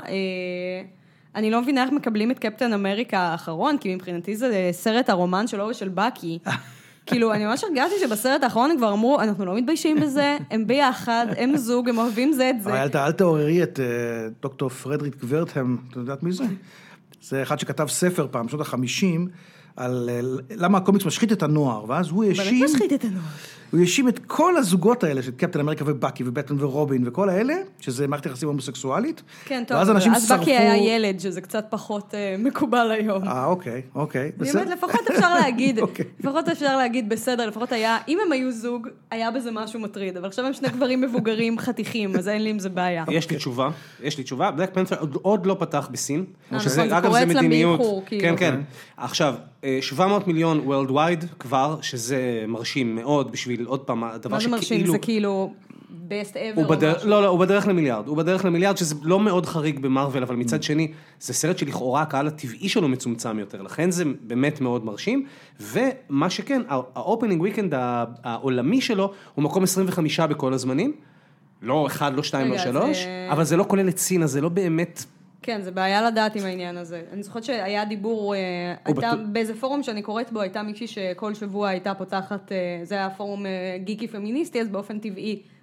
אני לא מבינה איך מקבלים את קפטן אמריקה האחרון, כי מבחינתי זה סרט הרומן שלו ושל בקי. כאילו, אני ממש הרגשתי שבסרט האחרון הם כבר אמרו, אנחנו לא מתביישים בזה, הם ביחד, הם זוג, הם אוהבים זה את זה. אל תעוררי את דוקטור פרדריק ורטהם, אתה יודעת מי זה? זה אחד שכתב ספר פעם, שנות החמישים, על למה הקומיקס משחית את הנוער, ואז הוא ישים... באמת משחית את הנוער. הוא ישים את כל הזוגות האלה, של קפטן אמריקה ובקי ובטמן ורובין וכל האלה, שזה מערכת יחסים הומוסקסואלית. כן, טוב, אז שרפו... בקי היה ילד, שזה קצת פחות uh, מקובל היום. אה, אוקיי, אוקיי. באמת, לפחות אפשר להגיד, לפחות אפשר להגיד בסדר, לפחות היה, אם הם היו זוג, היה בזה משהו מטריד, אבל עכשיו הם שני גברים מבוגרים חתיכים, אז אין לי עם זה בעיה. יש לי תשובה, יש לי תשובה, בלק פנת'ר עוד לא פתח בסין, זה קורה אצלם באיחור, כן, כן. עכשיו, שבע מאות מיליון worldwide כבר, שזה מרשים מאוד בשביל עוד פעם, הדבר שכאילו... מה זה מרשים? זה כאילו best ever או משהו? לא, לא, הוא בדרך למיליארד. הוא בדרך למיליארד, שזה לא מאוד חריג במרוול, אבל מצד שני, זה סרט שלכאורה הקהל הטבעי שלו מצומצם יותר, לכן זה באמת מאוד מרשים, ומה שכן, האופנינג וויקנד העולמי שלו, הוא מקום עשרים וחמישה בכל הזמנים, לא אחד, לא שתיים, לא שלוש, אבל זה לא כולל את סין, אז זה לא באמת... כן, זה בעיה לדעת עם העניין הזה. אני זוכרת שהיה דיבור, הייתה, באיזה פורום שאני קוראת בו, הייתה מישהי שכל שבוע הייתה פותחת, זה היה פורום גיקי פמיניסטי, אז באופן טבעי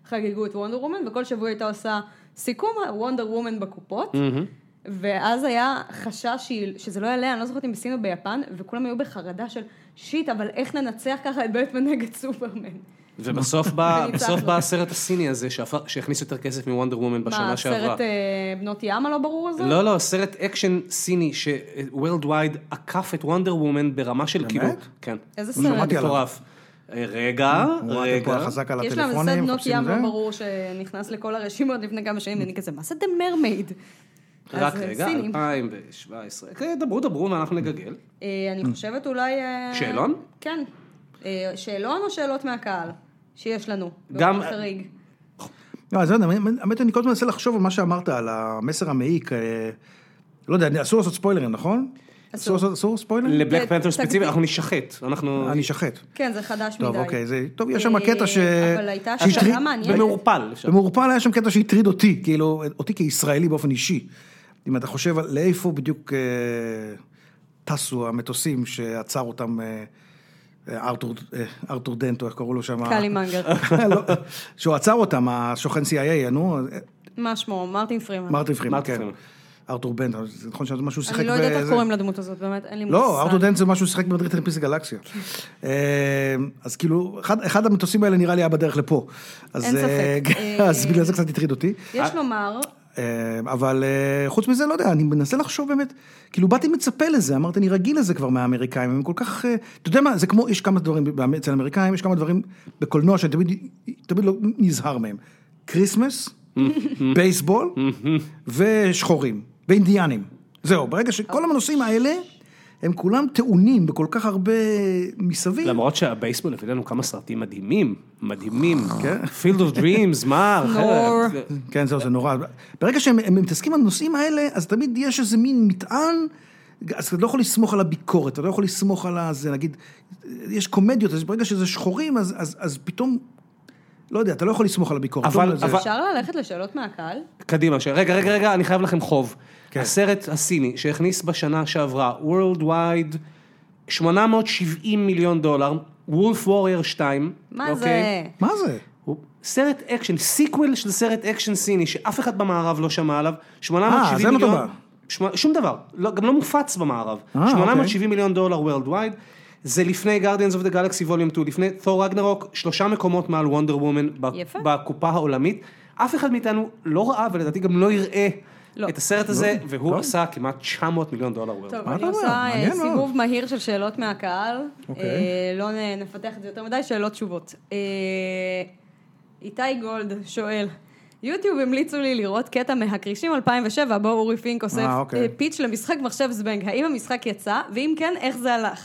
חגגו את וונדר וומן, וכל שבוע הייתה עושה סיכום וונדר וומן בקופות, ואז היה חשש שזה לא יעלה, אני לא זוכרת אם בסין או ביפן, וכולם היו בחרדה של שיט, אבל איך ננצח ככה את בטמן נגד סופרמן? ובסוף בא, בסוף בא הסרט הסיני הזה, שהכניס יותר כסף מוונדר וומן בשנה שעברה. מה, סרט בנות ים הלא ברור הזה? לא, לא, סרט אקשן סיני, ש-World Wide עקף את וונדר וומן ברמה של כאילו. כן. איזה סרט? מטורף. רגע, רגע. יש להם סרט בנות ים לא ברור, שנכנס לכל הרשימות לפני כמה שנים, ואני כזה, מה זה The Mermaid? רק רגע, אלפיים שבע עשרה. דברו, דברו, ואנחנו נגגל. אני חושבת אולי... שאלון? כן. שאלון או שאלות מהקהל? שיש לנו. גם... חריג. לא, זה, האמת, אני כל הזמן מנסה לחשוב על מה שאמרת, על המסר המעיק. לא יודע, אסור לעשות ספוילרים, נכון? אסור, אסור ספוילרים? לבלק פנת'ר ספציפי, אנחנו נשחט. אנחנו... אני שחט. כן, זה חדש מדי. טוב, אוקיי, זה... טוב, יש שם קטע ש... אבל הייתה שאלה מעניינת. במעורפל. במעורפל היה שם קטע שהטריד אותי, כאילו, אותי כישראלי באופן אישי. אם אתה חושב על לאיפה בדיוק טסו המטוסים שעצר אותם ארתור, ארתור דנטו, איך קראו לו שם? קלי מנגר. שהוא עצר אותם, השוכן סי איי איי, נו. מה שמו? מרטין פרימן. מרטין פרימן, כן. ארתור בנט, נכון שזה משהו שיחק... אני לא יודעת איך קוראים לדמות הזאת, באמת, אין לי מושג. לא, ארתור דנט זה משהו שיחק במדריד טרמפיסט גלקסיה. אז כאילו, אחד המטוסים האלה נראה לי היה בדרך לפה. אין ספק. אז בגלל זה קצת הטריד אותי. יש לומר... אבל חוץ מזה, לא יודע, אני מנסה לחשוב באמת, כאילו באתי מצפה לזה, אמרתי, אני רגיל לזה כבר מהאמריקאים, הם כל כך, אתה יודע מה, זה כמו, יש כמה דברים, אצל האמריקאים, יש כמה דברים בקולנוע, שאני תמיד, תמיד לא נזהר מהם. קריסמס, בייסבול, ושחורים, ואינדיאנים. זהו, ברגע שכל הנושאים האלה, הם כולם טעונים בכל כך הרבה מסביב. למרות שהבייסבול הביא לנו כמה סרטים מדהימים, מדהימים. Field of Dreams, מה? כן, זהו, זה נורא. ברגע שהם מתעסקים על הנושאים האלה, אז תמיד יש איזה מין מטען, אז אתה לא יכול לסמוך על הביקורת, אתה לא יכול לסמוך על זה, נגיד, יש קומדיות, אז ברגע שזה שחורים, אז פתאום, לא יודע, אתה לא יכול לסמוך על הביקורת. אפשר ללכת לשאלות מהקהל? קדימה, רגע, רגע, רגע, אני חייב לכם חוב. הסרט הסיני שהכניס בשנה שעברה, Worldwide, שמונה מאות ושבעים מיליון דולר, Wolf Warrior שתיים. מה זה? מה זה? סרט אקשן, סיקוול של סרט אקשן סיני, שאף אחד במערב לא שמע עליו, שמונה מאות ושבעים מיליון, שום דבר, גם לא מופץ במערב, שמונה מאות ושבעים מיליון דולר Worldwide, זה לפני Guardians of the Galaxy Volume שתיים, לפני Thor Ragnarok, שלושה מקומות מעל Wonder Woman בקופה העולמית, אף אחד מאיתנו לא ראה ולדעתי גם לא יראה את הסרט הזה, והוא עשה כמעט תשע מאות מיליון דולר. טוב, אני עושה סיבוב מהיר של שאלות מהקהל, לא נפתח את זה יותר מדי, שאלות תשובות. איתי גולד שואל, יוטיוב המליצו לי לראות קטע מהקרישים אלפיים ושבע, בו אורי פינק אוסף פיץ' למשחק מחשב זבנג, האם המשחק יצא, ואם כן, איך זה הלך?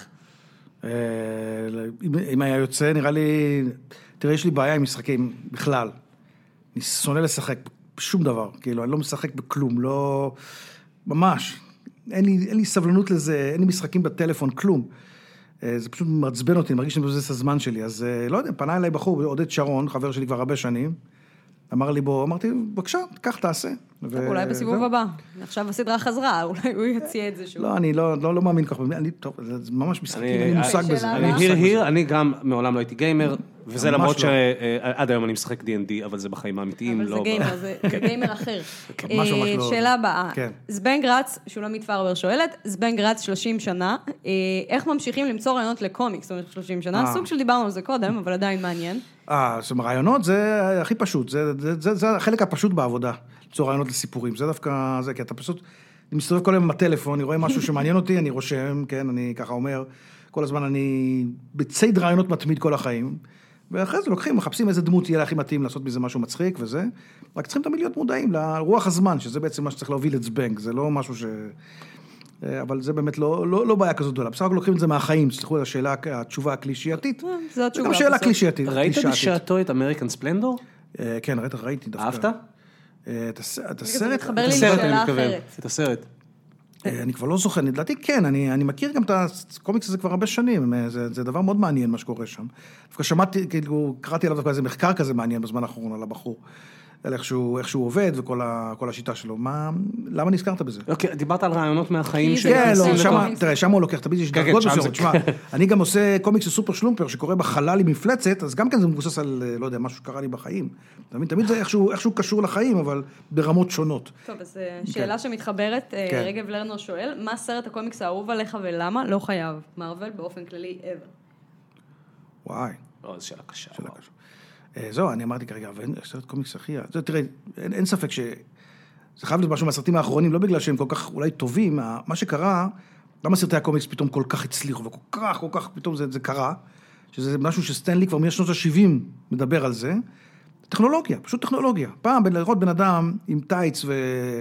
אם היה יוצא, נראה לי, תראה, יש לי בעיה עם משחקים בכלל. אני שונא לשחק שום דבר, כאילו, אני לא משחק בכלום, לא, ממש, אין לי, אין לי סבלנות לזה, אין לי משחקים בטלפון, כלום. זה פשוט מעצבן אותי, אני מרגיש שאני מבזבז את הזמן שלי, אז לא יודע, פנה אליי בחור, עודד שרון, חבר שלי כבר הרבה שנים, אמר לי בו, אמרתי, בבקשה, כך תעשה. אולי בסיבוב הבא, עכשיו הסדרה חזרה, אולי הוא יציע את זה שוב. לא, אני לא מאמין כך, אני, טוב, זה ממש משחקים, אני מושג בזה. אני גם מעולם לא הייתי גיימר, וזה למרות שעד היום אני משחק די אנד די, אבל זה בחיים האמיתיים. אבל זה גיימר, זה גיימר אחר. שאלה הבאה, זבנג רץ, שולמית פרבר שואלת, זבנג רץ שלושים שנה, איך ממשיכים למצוא רעיונות לקומיקס, זאת אומרת שלושים שנה, סוג של דיברנו על זה קודם, אבל עדיין מעניין. אה, זאת אומרת, רעיונות זה הכי פשוט, זה החלק הפשוט בעבודה, למצוא רעיונות לסיפורים, זה דווקא זה, כי אתה פשוט, אני מסתובב כל היום בטלפון, אני רואה משהו שמעניין אותי, אני רושם, כן, אני ככה אומר, כל הזמן אני בצייד רעיונות מתמיד כל החיים, ואחרי זה לוקחים, מחפשים איזה דמות יהיה הכי מתאים לעשות מזה משהו מצחיק וזה, רק צריכים תמיד להיות מודעים לרוח הזמן, שזה בעצם מה שצריך להוביל את זבנג, זה לא משהו ש... אבל זה באמת לא, לא, לא בעיה כזאת גדולה, בסך הכל לוקחים את זה מהחיים, סליחו לשאלה, התשובה הקלישייתית, זה גם שאלה קלישייתית. ראית בשעתו את אמריקן ספלנדור? כן, ראית, ראיתי דווקא. אהבת? את הסרט, זה מתחבר לי לשאלה אחרת. את הסרט. אני כבר לא זוכר, לדעתי כן, אני, אני מכיר גם את הקומיקס הזה כבר הרבה שנים, זה, זה דבר מאוד מעניין מה שקורה שם. דווקא שמעתי, כאילו, קראתי עליו דווקא איזה מחקר כזה מעניין בזמן האחרון על הבחור. על איך שהוא, איך שהוא עובד וכל ה, כל השיטה שלו. מה, למה נזכרת בזה? אוקיי, דיברת על רעיונות מהחיים של... כן, לא, שמה, תראה, שמה הוא לוקח, תמיד יש דרגות מסוימות. תשמע, אני גם עושה קומיקס של סופר שלומפר, שקורא בחלל עם מפלצת, אז גם כן זה מבוסס על, לא יודע, משהו שקרה לי בחיים. תמיד, תמיד זה איכשהו, איכשהו קשור לחיים, אבל ברמות שונות. טוב, אז שאלה שמתחברת, רגב לרנר שואל, מה סרט הקומיקס האהוב עליך ולמה? לא חייב. מארוול באופן כללי, ever. וואי. לא, זו שאלה קשה. שאלה קשה. זהו, אני אמרתי כרגע, אבל סרט קומיקס הכי... תראה, אין, אין ספק ש... זה חייב להיות משהו מהסרטים האחרונים, לא בגלל שהם כל כך אולי טובים, מה שקרה, למה סרטי הקומיקס פתאום כל כך הצליחו, וכל כך, כל כך פתאום זה, זה קרה, שזה משהו שסטנלי כבר משנות ה-שבעים מדבר על זה, טכנולוגיה, פשוט טכנולוגיה. פעם, לראות בן אדם עם טייץ ו...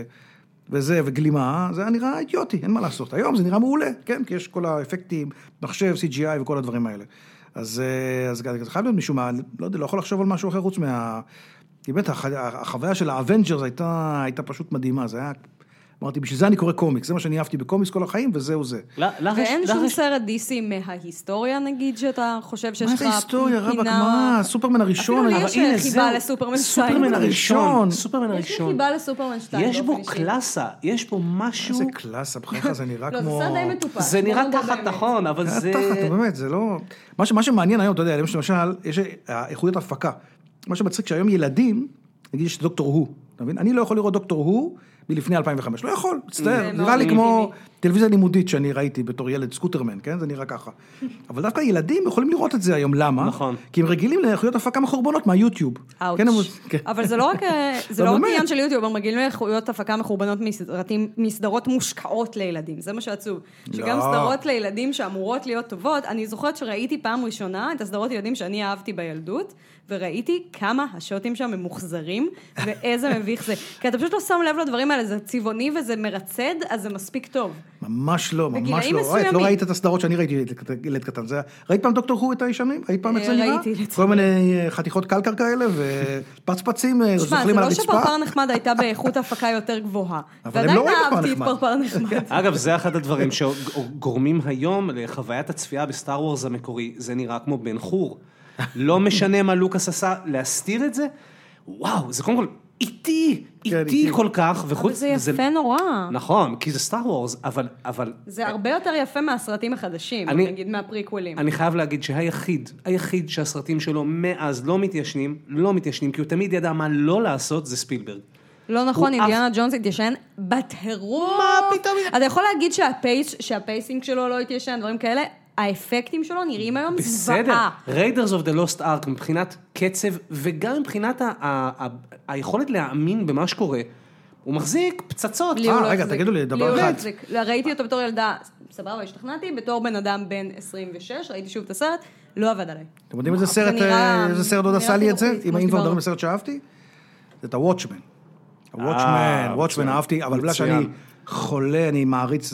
וזה, וגלימה, זה נראה אידיוטי, אין מה לעשות. היום זה נראה מעולה, כן? כי יש כל האפקטים, מחשב, סי ג'י איי וכל הדברים האלה. אז, אז זה חייב להיות מישהו מה, לא יודע, לא יכול לחשוב על משהו אחר חוץ מה... כי באמת, החוויה של האבנג'רס הייתה, הייתה פשוט מדהימה, זה היה... אמרתי, בשביל זה אני קורא קומיקס, זה מה שאני אהבתי בקומיקס כל החיים, וזהו זה. ואין שום סרט די סי מההיסטוריה, נגיד, שאתה חושב שיש לך פינה... מה זה היסטוריה, רבק, מה? סופרמן הראשון. אפילו לי יש חיבה לסופרמן שתיים. סופרמן הראשון. סופרמן הראשון. יש לי חיבה לסופרמן שתיים. יש בו קלאסה, יש פה משהו... איזה קלאסה, בחייך, זה נראה כמו... לא, זה סרט די מטופש. זה נראה תחת, נכון, אבל זה... תחת, באמת, זה לא... מה שמעניין היום, אתה יודע, למשל, יש איכויות הפקה. מה שמצחיק שהיום ילדים, נגיד יש דוקטור הו, אתה מבין? אני לא יכול לראות דוקטור הו מלפני אלפיים וחמש, לא יכול, מצטער, נראה לי כמו טלוויזיה לימודית שאני ראיתי בתור ילד, סקוטרמן, כן? זה נראה ככה. אבל דווקא ילדים יכולים לראות את זה היום, למה? נכון. כי הם רגילים לאיכויות הפקה מחורבנות מהיוטיוב. אאוץ'. אבל זה לא רק, זה לא רק עניין של יוטיוב, הם רגילים לאיכויות הפקה מחורבנות מסדרות מושקעות לילדים, זה מה שעצוב. שגם סדרות לילדים שאמורות להיות טובות, אני זוכרת שראיתי פעם ראשונה את הסדרות ילדים שאני אהבתי בילדות, וראיתי כמה השוטים שם ממוחזרים, ואיזה מביך זה. כי אתה פשוט לא שם לב לדברים האלה, זה צבעוני וזה מרצד, אז זה מספיק טוב. ממש לא, ממש לא. ראית, לא ראית את הסדרות שאני ראיתי ילד קטן. ראית פעם דוקטור הו את הישנים? ראית פעם איך זה נראה? ראיתי. כל מיני חתיכות קלקר כאלה, ופצפצים זוחלים על הרצפה. שמע, זה לא שפרפר נחמד הייתה באיכות הפקה יותר גבוהה. ועדיין אהבתי את פרפר נחמד. אגב, זה אחד הדברים שגורמים היום לחוויית הצפייה בסטאר וורס המקורי. זה נראה כמו בן חור. לא משנה מה לוקאס עשה, להסתיר את זה, וואו, זה קודם כל איטי, איטי כל כך, אבל זה יפה נורא. נכון, כי זה סטאר וורס, אבל... זה הרבה יותר יפה מהסרטים החדשים, נגיד מהפריקוולים. אני חייב להגיד שהיחיד, היחיד שהסרטים שלו מאז לא מתיישנים, לא מתיישנים, כי הוא תמיד ידע מה לא לעשות, זה ספילברג. לא נכון, אינדיאנה ג'ונס התיישן בטירוף. מה פתאום? אתה יכול להגיד שהפייסינג שלו לא התיישן, דברים כאלה, האפקטים שלו נראים היום זוועה. בסדר, Raiders of the Lost Ark מבחינת קצב, וגם מבחינת היכולת להאמין במה שקורה, הוא מחזיק פצצות. אה, רגע, תגידו לי, דבר אחד. ראיתי אותו בתור ילדה, סבבה, השתכנעתי, בתור בן אדם בן עשרים ושש, ראיתי שוב את הסרט, לא עבד עליי. אתם יודעים איזה סרט, איזה סרט עוד עשה לי את זה? אם כבר מדברים בסרט שאהבתי? זה את הוואטשמן. הוואטשמן, הוואטשמן אהבתי, אבל בגלל שאני חולה, אני מעריץ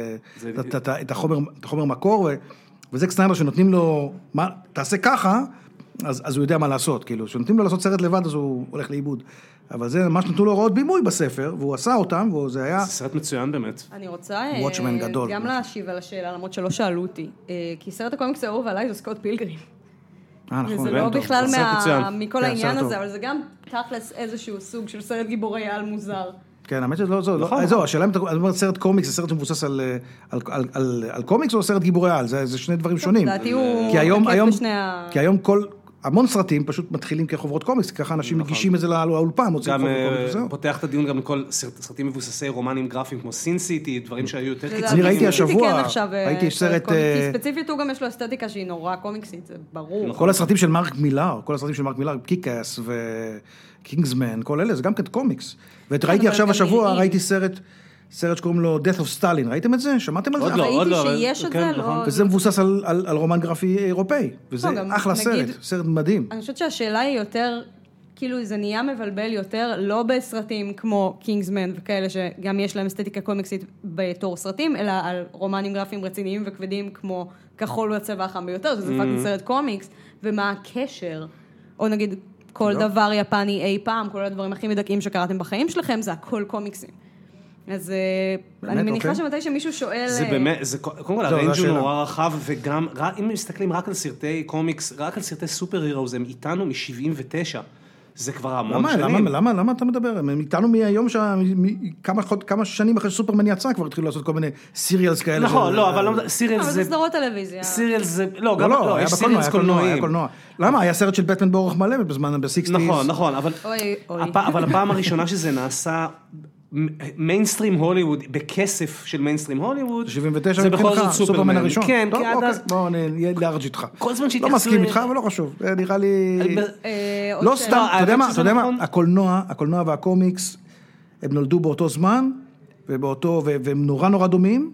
את החומר מקור, וזה סניידר שנותנים לו, תעשה ככה, אז הוא יודע מה לעשות, כאילו, שנותנים לו לעשות סרט לבד, אז הוא הולך לאיבוד. אבל זה מה שנתנו לו הוראות בימוי בספר, והוא עשה אותם, וזה היה... זה סרט מצוין באמת. אני רוצה גדול, גם להשיב על השאלה, למרות שלא שאלו אותי, כי סרט הקומיקס האהוב עליי זה סקוט פילגרים. אה, נכון. וזה לא בכלל מכל העניין הזה, אבל זה גם תכלס איזשהו סוג של סרט גיבורי על מוזר. כן, האמת שזה לא, זהו, השאלה אם אתה אומר סרט קומיקס, זה סרט שמבוסס על קומיקס או סרט גיבורי על, זה שני דברים שונים. לדעתי הוא מקף בשני ה... כי היום כל... המון סרטים פשוט מתחילים כחוברות קומיקס, ככה אנשים מגישים את זה לאולפן, גם פותח את הדיון גם לכל סרטים מבוססי רומנים גרפיים, כמו סין סיטי, דברים שהיו יותר קיצוניים. אני ראיתי השבוע, ראיתי סרט... ספציפית הוא גם יש לו אסתטיקה שהיא נורא קומיקסית, זה ברור. כל הסרטים של מרק מילר, כל הסרטים של מרק מילר, קיקאס וקינגסמן, כל אלה, זה גם כן קומיקס. וראיתי עכשיו השבוע, ראיתי סרט... סרט שקוראים לו Death of Stalin, ראיתם את זה? שמעתם על זה? עוד לא, עוד לא. ראיתי שיש את זה, לא... וזה מבוסס על רומן גרפי אירופאי, וזה אחלה סרט, סרט מדהים. אני חושבת שהשאלה היא יותר, כאילו זה נהיה מבלבל יותר, לא בסרטים כמו קינגסמן וכאלה, שגם יש להם אסתטיקה קומיקסית בתור סרטים, אלא על רומנים גרפיים רציניים וכבדים, כמו כחול והצבע החם ביותר, שזה פאקינג סרט קומיקס, ומה הקשר, או נגיד כל דבר יפני אי פעם, כל הדברים הכי מדכאים שקראתם בחיים שלכם, זה הכל קומיקסים. אז אני מניחה שמתי שמישהו שואל... זה באמת, קודם כל הריינג' הוא נורא רחב, וגם, אם מסתכלים רק על סרטי קומיקס, רק על סרטי סופר הירוס, הם איתנו מ-שבעים ותשע. זה כבר המון שנים. למה, למה, למה אתה מדבר? הם איתנו מהיום, כמה, כמה שנים אחרי שסופרמן יצא, כבר התחילו לעשות כל מיני סיריאלס כאלה. נכון, לא, אבל סיריאלס זה... אבל זה סדרות טלוויזיה. סיריאלס זה... לא, גם לא, יש סיריאלס קולנועים. למה? היה סרט של בטמן באורך מלא בזמן, ב-שישים. נכון, נכון, אבל הפעם הראשונה שזה נעשה... מיינסטרים הוליווד, בכסף של מיינסטרים הוליווד, שבעים ותשע זה בכל זאת סופרמן הראשון. כן, טוב, אוקיי, בואו נהיה לארג' איתך. כל זמן לא מסכים איתך, אבל לא חשוב. נראה לי... לא סתם, אתה יודע מה, אתה יודע מה, הקולנוע, הקולנוע והקומיקס, הם נולדו באותו זמן, ובאותו, והם נורא נורא דומים,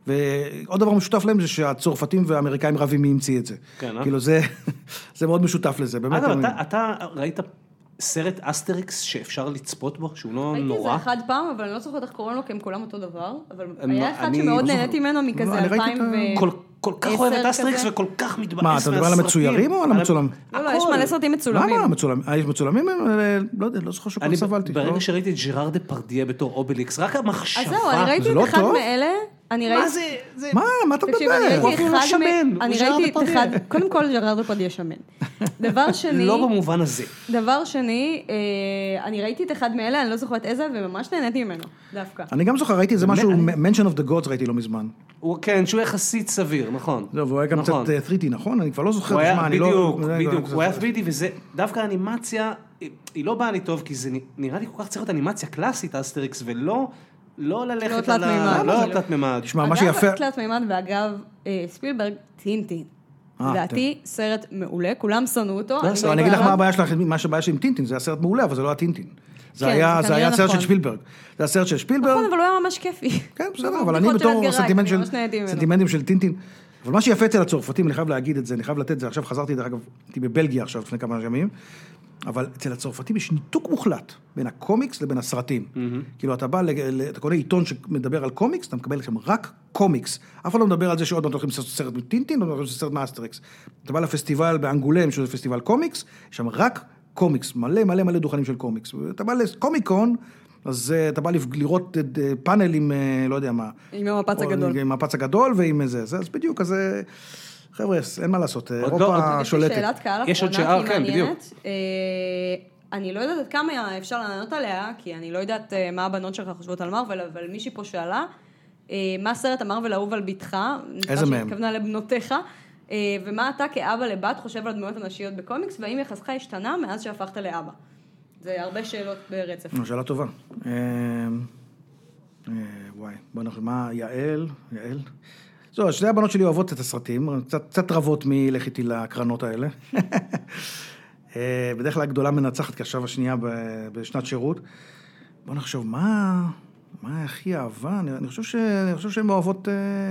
ועוד דבר משותף להם זה שהצורפתים והאמריקאים רבים מי המציא את זה. כאילו זה מאוד משותף לזה. אגב, אתה ראית... סרט אסטריקס שאפשר לצפות בו, שהוא לא ראיתי נורא. ראיתי את זה אחד פעם, אבל אני לא זוכרת איך קוראים לו, כי הם כולם אותו דבר, אבל היה אחד שמאוד נהניתי ממנו מכזה אלפיים ו... כל כך אוהב את אסטריקס וכל כך מתבאס מהסרטים. מה, אתה מדבר על המצוירים או על המצולמים? לא, לא, יש מלא סרטים מצולמים. למה מצולמים? יש מצולמים? לא יודע, לא זוכר שכל סבלתי. ברגע שראיתי את ג'ראר דה פרדיה בתור אובליקס, רק המחשבה. אז זהו, אני ראיתי את אחד מאלה, מה זה? מה? מה אתה מדבר? הוא אפילו לא שמן. אני ראיתי את אחד, קודם כל ג'ראר דה פרדיה שמן. דבר שני... לא במובן הזה. דבר שני, אני ראיתי את אחד מאלה, אני לא זוכרת איזה, וממש נהניתי ממנו, דווקא. אני גם זוכר, ראיתי איזה משהו, Mention of the Gods ראיתי לא מזמן. כן, שהוא יחסית סביר, נכון. לא, והוא היה גם קצת ת'רי די, נכון? אני כבר לא זוכר. בדיוק, בדיוק. הוא היה ת'רי די, וזה דווקא האנימציה, היא לא באה לי טוב, כי זה נראה לי כל כך צריך להיות אנימציה קלאסית, אסטריקס, ולא... לא ללכת על ה... לא תלת מימד. תשמע, מה שיפה... אגב, תלת מימד, ואגב, ספילברג, טינטין. לדעתי, סרט מעולה, כולם שנאו אותו. אני אגיד לך מה הבעיה שלך, מה שהבעיה שלי עם טינטין, זה היה סרט מעולה, אבל זה לא היה טינטין. זה היה סרט של שפילברג. זה היה סרט של שפילברג. נכון, אבל הוא היה ממש כיפי. כן, בסדר, אבל אני בתור סנטימנטים של טינטין. אבל מה שיפה אצל הצורפתים, אני חייב להגיד את זה, אני חייב לתת את זה, עכשיו חזרתי, דרך אגב, הייתי בבלגיה עכשיו, לפני כמה ימים, אבל אצל הצורפתים יש ניתוק מוחלט בין הקומיקס לבין הסרטים. כאילו, אתה בא, אתה קונה עיתון שמדבר על קומיקס, אתה מקבל לכם רק קומיקס. אף אחד לא מדבר על זה שעוד מעט הולכים לעשות סרט מטינטין, או הולכים לעשות סרט מאסטריקס. אתה בא לפסטיבל באנגולם, שזה פסטיבל קומיקס, יש שם רק קומיקס, מלא מלא מלא דוכנים של קומיקס. אתה בא לקומיקון, אז אתה בא לראות פאנל עם, לא יודע מה. עם המפץ הגדול. עם המפץ הגדול ועם זה. אז בדיוק, אז חבר'ה, אין מה לעשות, אירופה שולטת. יש לי שאלת קהל אחרונה, כי מעניינת. אני לא יודעת עד כמה אפשר לענות עליה, כי אני לא יודעת מה הבנות שלך חושבות על מרוול, אבל מישהי פה שאלה, מה הסרט המרוול האהוב על בתך? איזה מהם? התכוונה לבנותיך, ומה אתה כאבא לבת חושב על הדמויות הנשיות בקומיקס, והאם יחסך השתנה מאז שהפכת לאבא? זה הרבה שאלות ברצף. שאלה טובה. וואי, בוא נחשוב, מה, יעל, יעל? זו, שתי הבנות שלי אוהבות את הסרטים, קצת, קצת רבות מלך איתי לקרנות האלה. בדרך כלל הגדולה מנצחת כשעה השנייה בשנת שירות. בוא נחשוב, מה, מה הכי אהבה? אני, אני חושב ש, אני חושב שהן אוהבות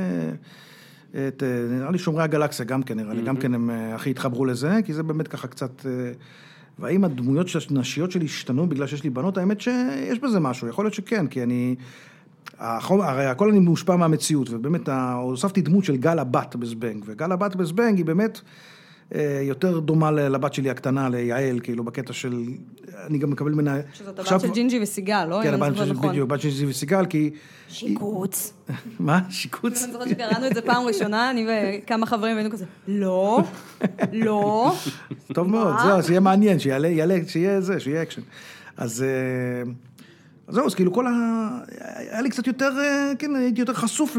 את, נראה לי שומרי הגלקסיה גם כן, נראה לי, גם כן הם הכי התחברו לזה, כי זה באמת ככה קצת... והאם הדמויות הנשיות שלי השתנו בגלל שיש לי בנות? האמת שיש בזה משהו, יכול להיות שכן, כי אני... הרי הכל אני מושפע מהמציאות, ובאמת הוספתי דמות של גל הבת בזבנג, וגל הבת בזבנג היא באמת יותר דומה לבת שלי הקטנה, ליעל, כאילו בקטע של... אני גם מקבל מנה... שזאת הבת של ג'ינג'י וסיגל, לא? כן, הבת של בדיוק, בת של ג'ינג'י וסיגל, כי... שיקוץ. מה? שיקוץ? אני זוכרת שקראנו את זה פעם ראשונה, אני וכמה חברים היינו כזה, לא, לא. טוב מאוד, זהו, שיהיה מעניין, שיהיה זה, שיהיה אקשן. אז... זהו, אז כאילו כל ה... היה לי קצת יותר, כן, הייתי יותר חשוף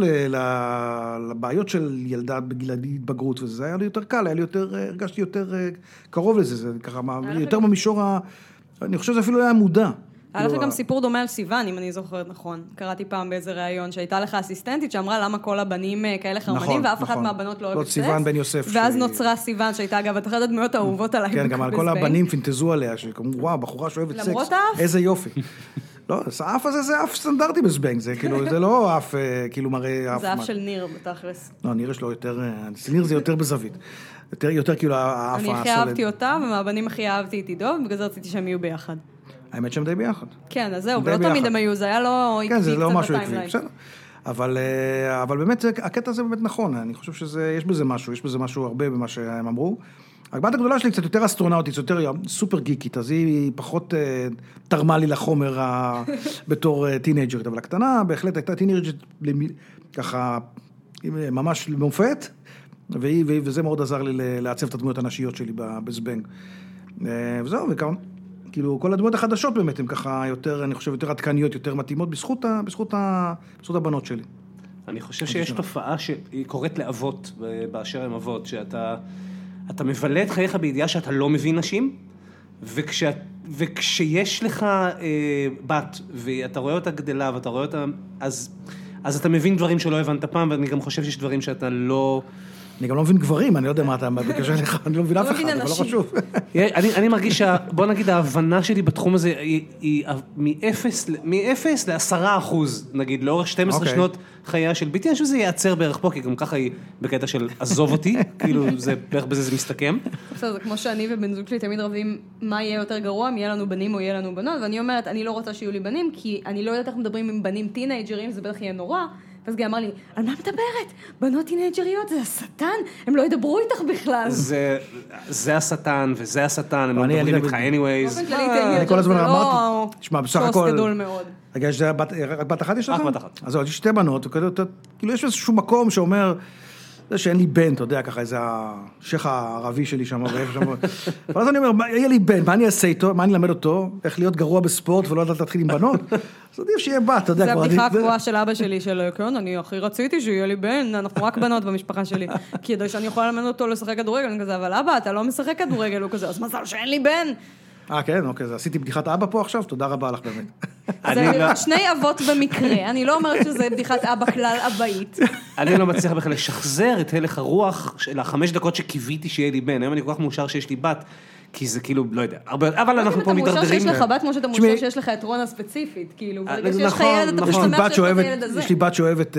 לבעיות של ילדה בגיל התבגרות, וזה היה לי יותר קל, היה לי יותר, הרגשתי יותר קרוב לזה, זה ככה, יותר במישור ה... אני חושב שזה אפילו היה מודע. היה לך גם סיפור דומה על סיוון, אם אני זוכרת נכון. קראתי פעם באיזה ראיון שהייתה לך אסיסטנטית שאמרה למה כל הבנים כאלה חרמנים, ואף אחת מהבנות לא אוהבת סקס. סיוון בן יוסף. ואז נוצרה סיוון, שהייתה אגב, אחת הדמויות האהובות עליי. כן, גם על כל הבנים פינטזו עליה, שכמו, וואו, בחורה שאוהבת סקס. למרות האף? איזה יופי. לא, האף הזה זה אף סטנדרטי בזבנג, זה כאילו, זה לא אף, כאילו מראה אף. זה אף של ניר, בתכלס. לא, ניר יש לו יותר, ניר זה יותר בזווית. יותר, יותר כאילו האף הסולד. אני הכי אהבתי אותה, ומהבנים הכי אהבתי איתי דוב, בגלל זה רציתי שהם יהיו ביחד. האמת שהם די ביחד. כן, אז זהו, ולא תמיד הם היו, זה היה לא עקבי. כן, זה לא משהו עקבי, בסדר. אבל, אבל באמת, הקטע הזה באמת נכון, אני חושב שיש בזה משהו, יש בזה משהו הרבה במה שהם אמרו. הבת הגדולה שלי קצת יותר אסטרונאוטית, יותר סופר גיקית, אז היא פחות תרמה לי לחומר בתור טינג'רית, אבל הקטנה בהחלט הייתה טינג'רית ככה ממש מופת, וזה מאוד עזר לי לעצב את הדמויות הנשיות שלי בזבנג. וזהו, וכמה... כאילו, כל הדמויות החדשות באמת הן ככה יותר, אני חושב, יותר עדכניות, יותר מתאימות, בזכות, ה, בזכות, ה, בזכות הבנות שלי. אני חושב שיש תופעה שהיא קוראת לאבות, באשר הם אבות, שאתה אתה מבלה את חייך בידיעה שאתה לא מבין נשים, וכשה, וכשיש לך אה, בת, ואתה רואה אותה גדלה, ואתה רואה אותה, אז, אז אתה מבין דברים שלא הבנת פעם, ואני גם חושב שיש דברים שאתה לא... אני גם לא מבין גברים, אני לא יודע מה אתה בקשר לך, אני לא מבין אף אחד, אבל לא חשוב. אני, אני מרגיש, בוא נגיד, ההבנה שלי בתחום הזה היא, היא מאפס, מאפס לעשרה אחוז, נגיד, לאורך שתים עשרה okay. שנות חייה של ביתי, אני חושב שזה ייעצר בערך פה, כי גם ככה היא בקטע של עזוב אותי, כאילו, זה, בערך בזה זה מסתכם. בסדר, זה כמו שאני ובן זוג שלי תמיד רבים מה יהיה יותר גרוע, אם יהיה לנו בנים או יהיה לנו בנות, ואני אומרת, אני לא רוצה שיהיו לי בנים, כי אני לא יודעת איך מדברים עם בנים טינאג'רים, זה בטח יהיה נורא. אז גם אמר לי, על מה מדברת? בנות טינאג'ריות, זה השטן, הם לא ידברו איתך בכלל. זה, זה השטן, וזה השטן, הם לא מדברים איתך anyways. אני כל הזמן אמרתי, תשמע, בסך הכל... שוס גדול מאוד. רגע, יש רק בת אחת יש לך? רק בת אחת. אז יש שתי בנות, כאילו יש איזשהו מקום שאומר, זה שאין לי בן, אתה יודע, ככה, איזה השייך הערבי שלי שם, ואז אני אומר, יהיה לי בן, מה אני אעשה איתו, מה אני אלמד אותו, איך להיות גרוע בספורט ולא לדעת להתחיל עם בנות, אז עדיף שיהיה בת, אתה יודע. זה הבדיחה הקבועה של אבא שלי, של כן, אני הכי רציתי שיהיה לי בן, אנחנו רק בנות במשפחה שלי, כי ידעי שאני יכולה ללמד אותו לשחק כדורגל, אני כזה, אבל אבא, אתה לא משחק כדורגל, הוא כזה, אז מזל שאין לי בן. אה, כן, אוקיי, אז עשיתי בדיחת אבא פה עכשיו, תודה רבה לך באמת. שני אבות במקרה, אני לא אומרת שזה בדיחת אבא כלל אבאית. אני לא מצליח בכלל לשחזר את הלך הרוח של החמש דקות שקיוויתי שיהיה לי בן, היום אני כל כך מאושר שיש לי בת, כי זה כאילו, לא יודע, אבל אנחנו פה מדרדרים. אתה מאושר שיש לך בת, כמו שאתה מאושר שיש לך את רונה ספציפית, כאילו, ברגע שיש לך ילד, אתה משתמח שיש לך ילד הזה. יש לי בת שאוהבת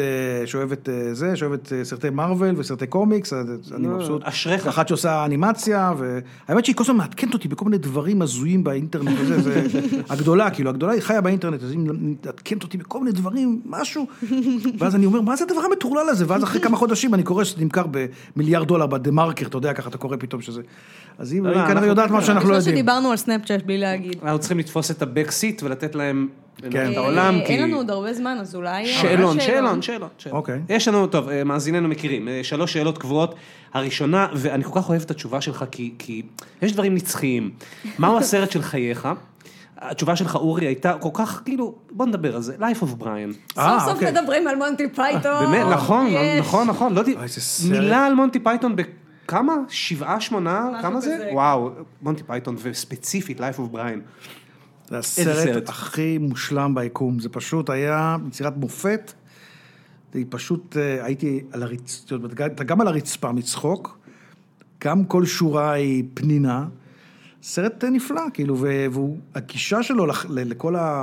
זה, שאוהבת סרטי מרוול וסרטי קומיקס, אני מבסוט. אשריך. אחת שעושה אנימציה, והאמת שהיא כל הזמן מעדכנת אותי בכל מיני דברים הזויים באינטרנט, וזה, הגדולה, כאילו, הגדולה היא חיה באינטרנט, אז היא מעדכנת אותי בכל מיני דברים, משהו, ואז אני אומר, מה זה הדבר המטורלל הזה? ואז אחרי כמה חודשים אני קורא שזה נמכר במיליארד דולר בדה-מרקר, אתה יודע, ככה אתה קורא פתאום שזה. אז היא כנראה יודעת מה שאנחנו לא יודעים. שדיברנו על סנאפצ'אט בלי להגיד. אנחנו צריכים לתפוס את הבקסיט ולתת להם את העולם. אין לנו עוד הרבה זמן, אז אולי... שאלון, שאלון, שאלון. אוקיי. יש לנו, טוב, מאזיננו מכירים, שלוש שאלות קבועות. הראשונה, ואני כל כך אוהב את התשובה שלך, כי יש דברים נצחיים. מהו הסרט של חייך? התשובה שלך, אורי, הייתה כל כך, כאילו, בוא נדבר על זה, Life of Brian. סוף סוף מדברים על מונטי פייתון. באמת, נכון, נכון, נכון. מילה על מונטי פייתון כמה? שבעה, שמונה? כמה זה? וואו, מונטי פייתון, וספציפית, Life of Brian. זה הסרט הכי מושלם ביקום. זה פשוט היה יצירת מופת. זה פשוט, הייתי על הרצפה, גם על הרצפה מצחוק, גם כל שורה היא פנינה. סרט נפלא, כאילו, והגישה שלו לכל ה...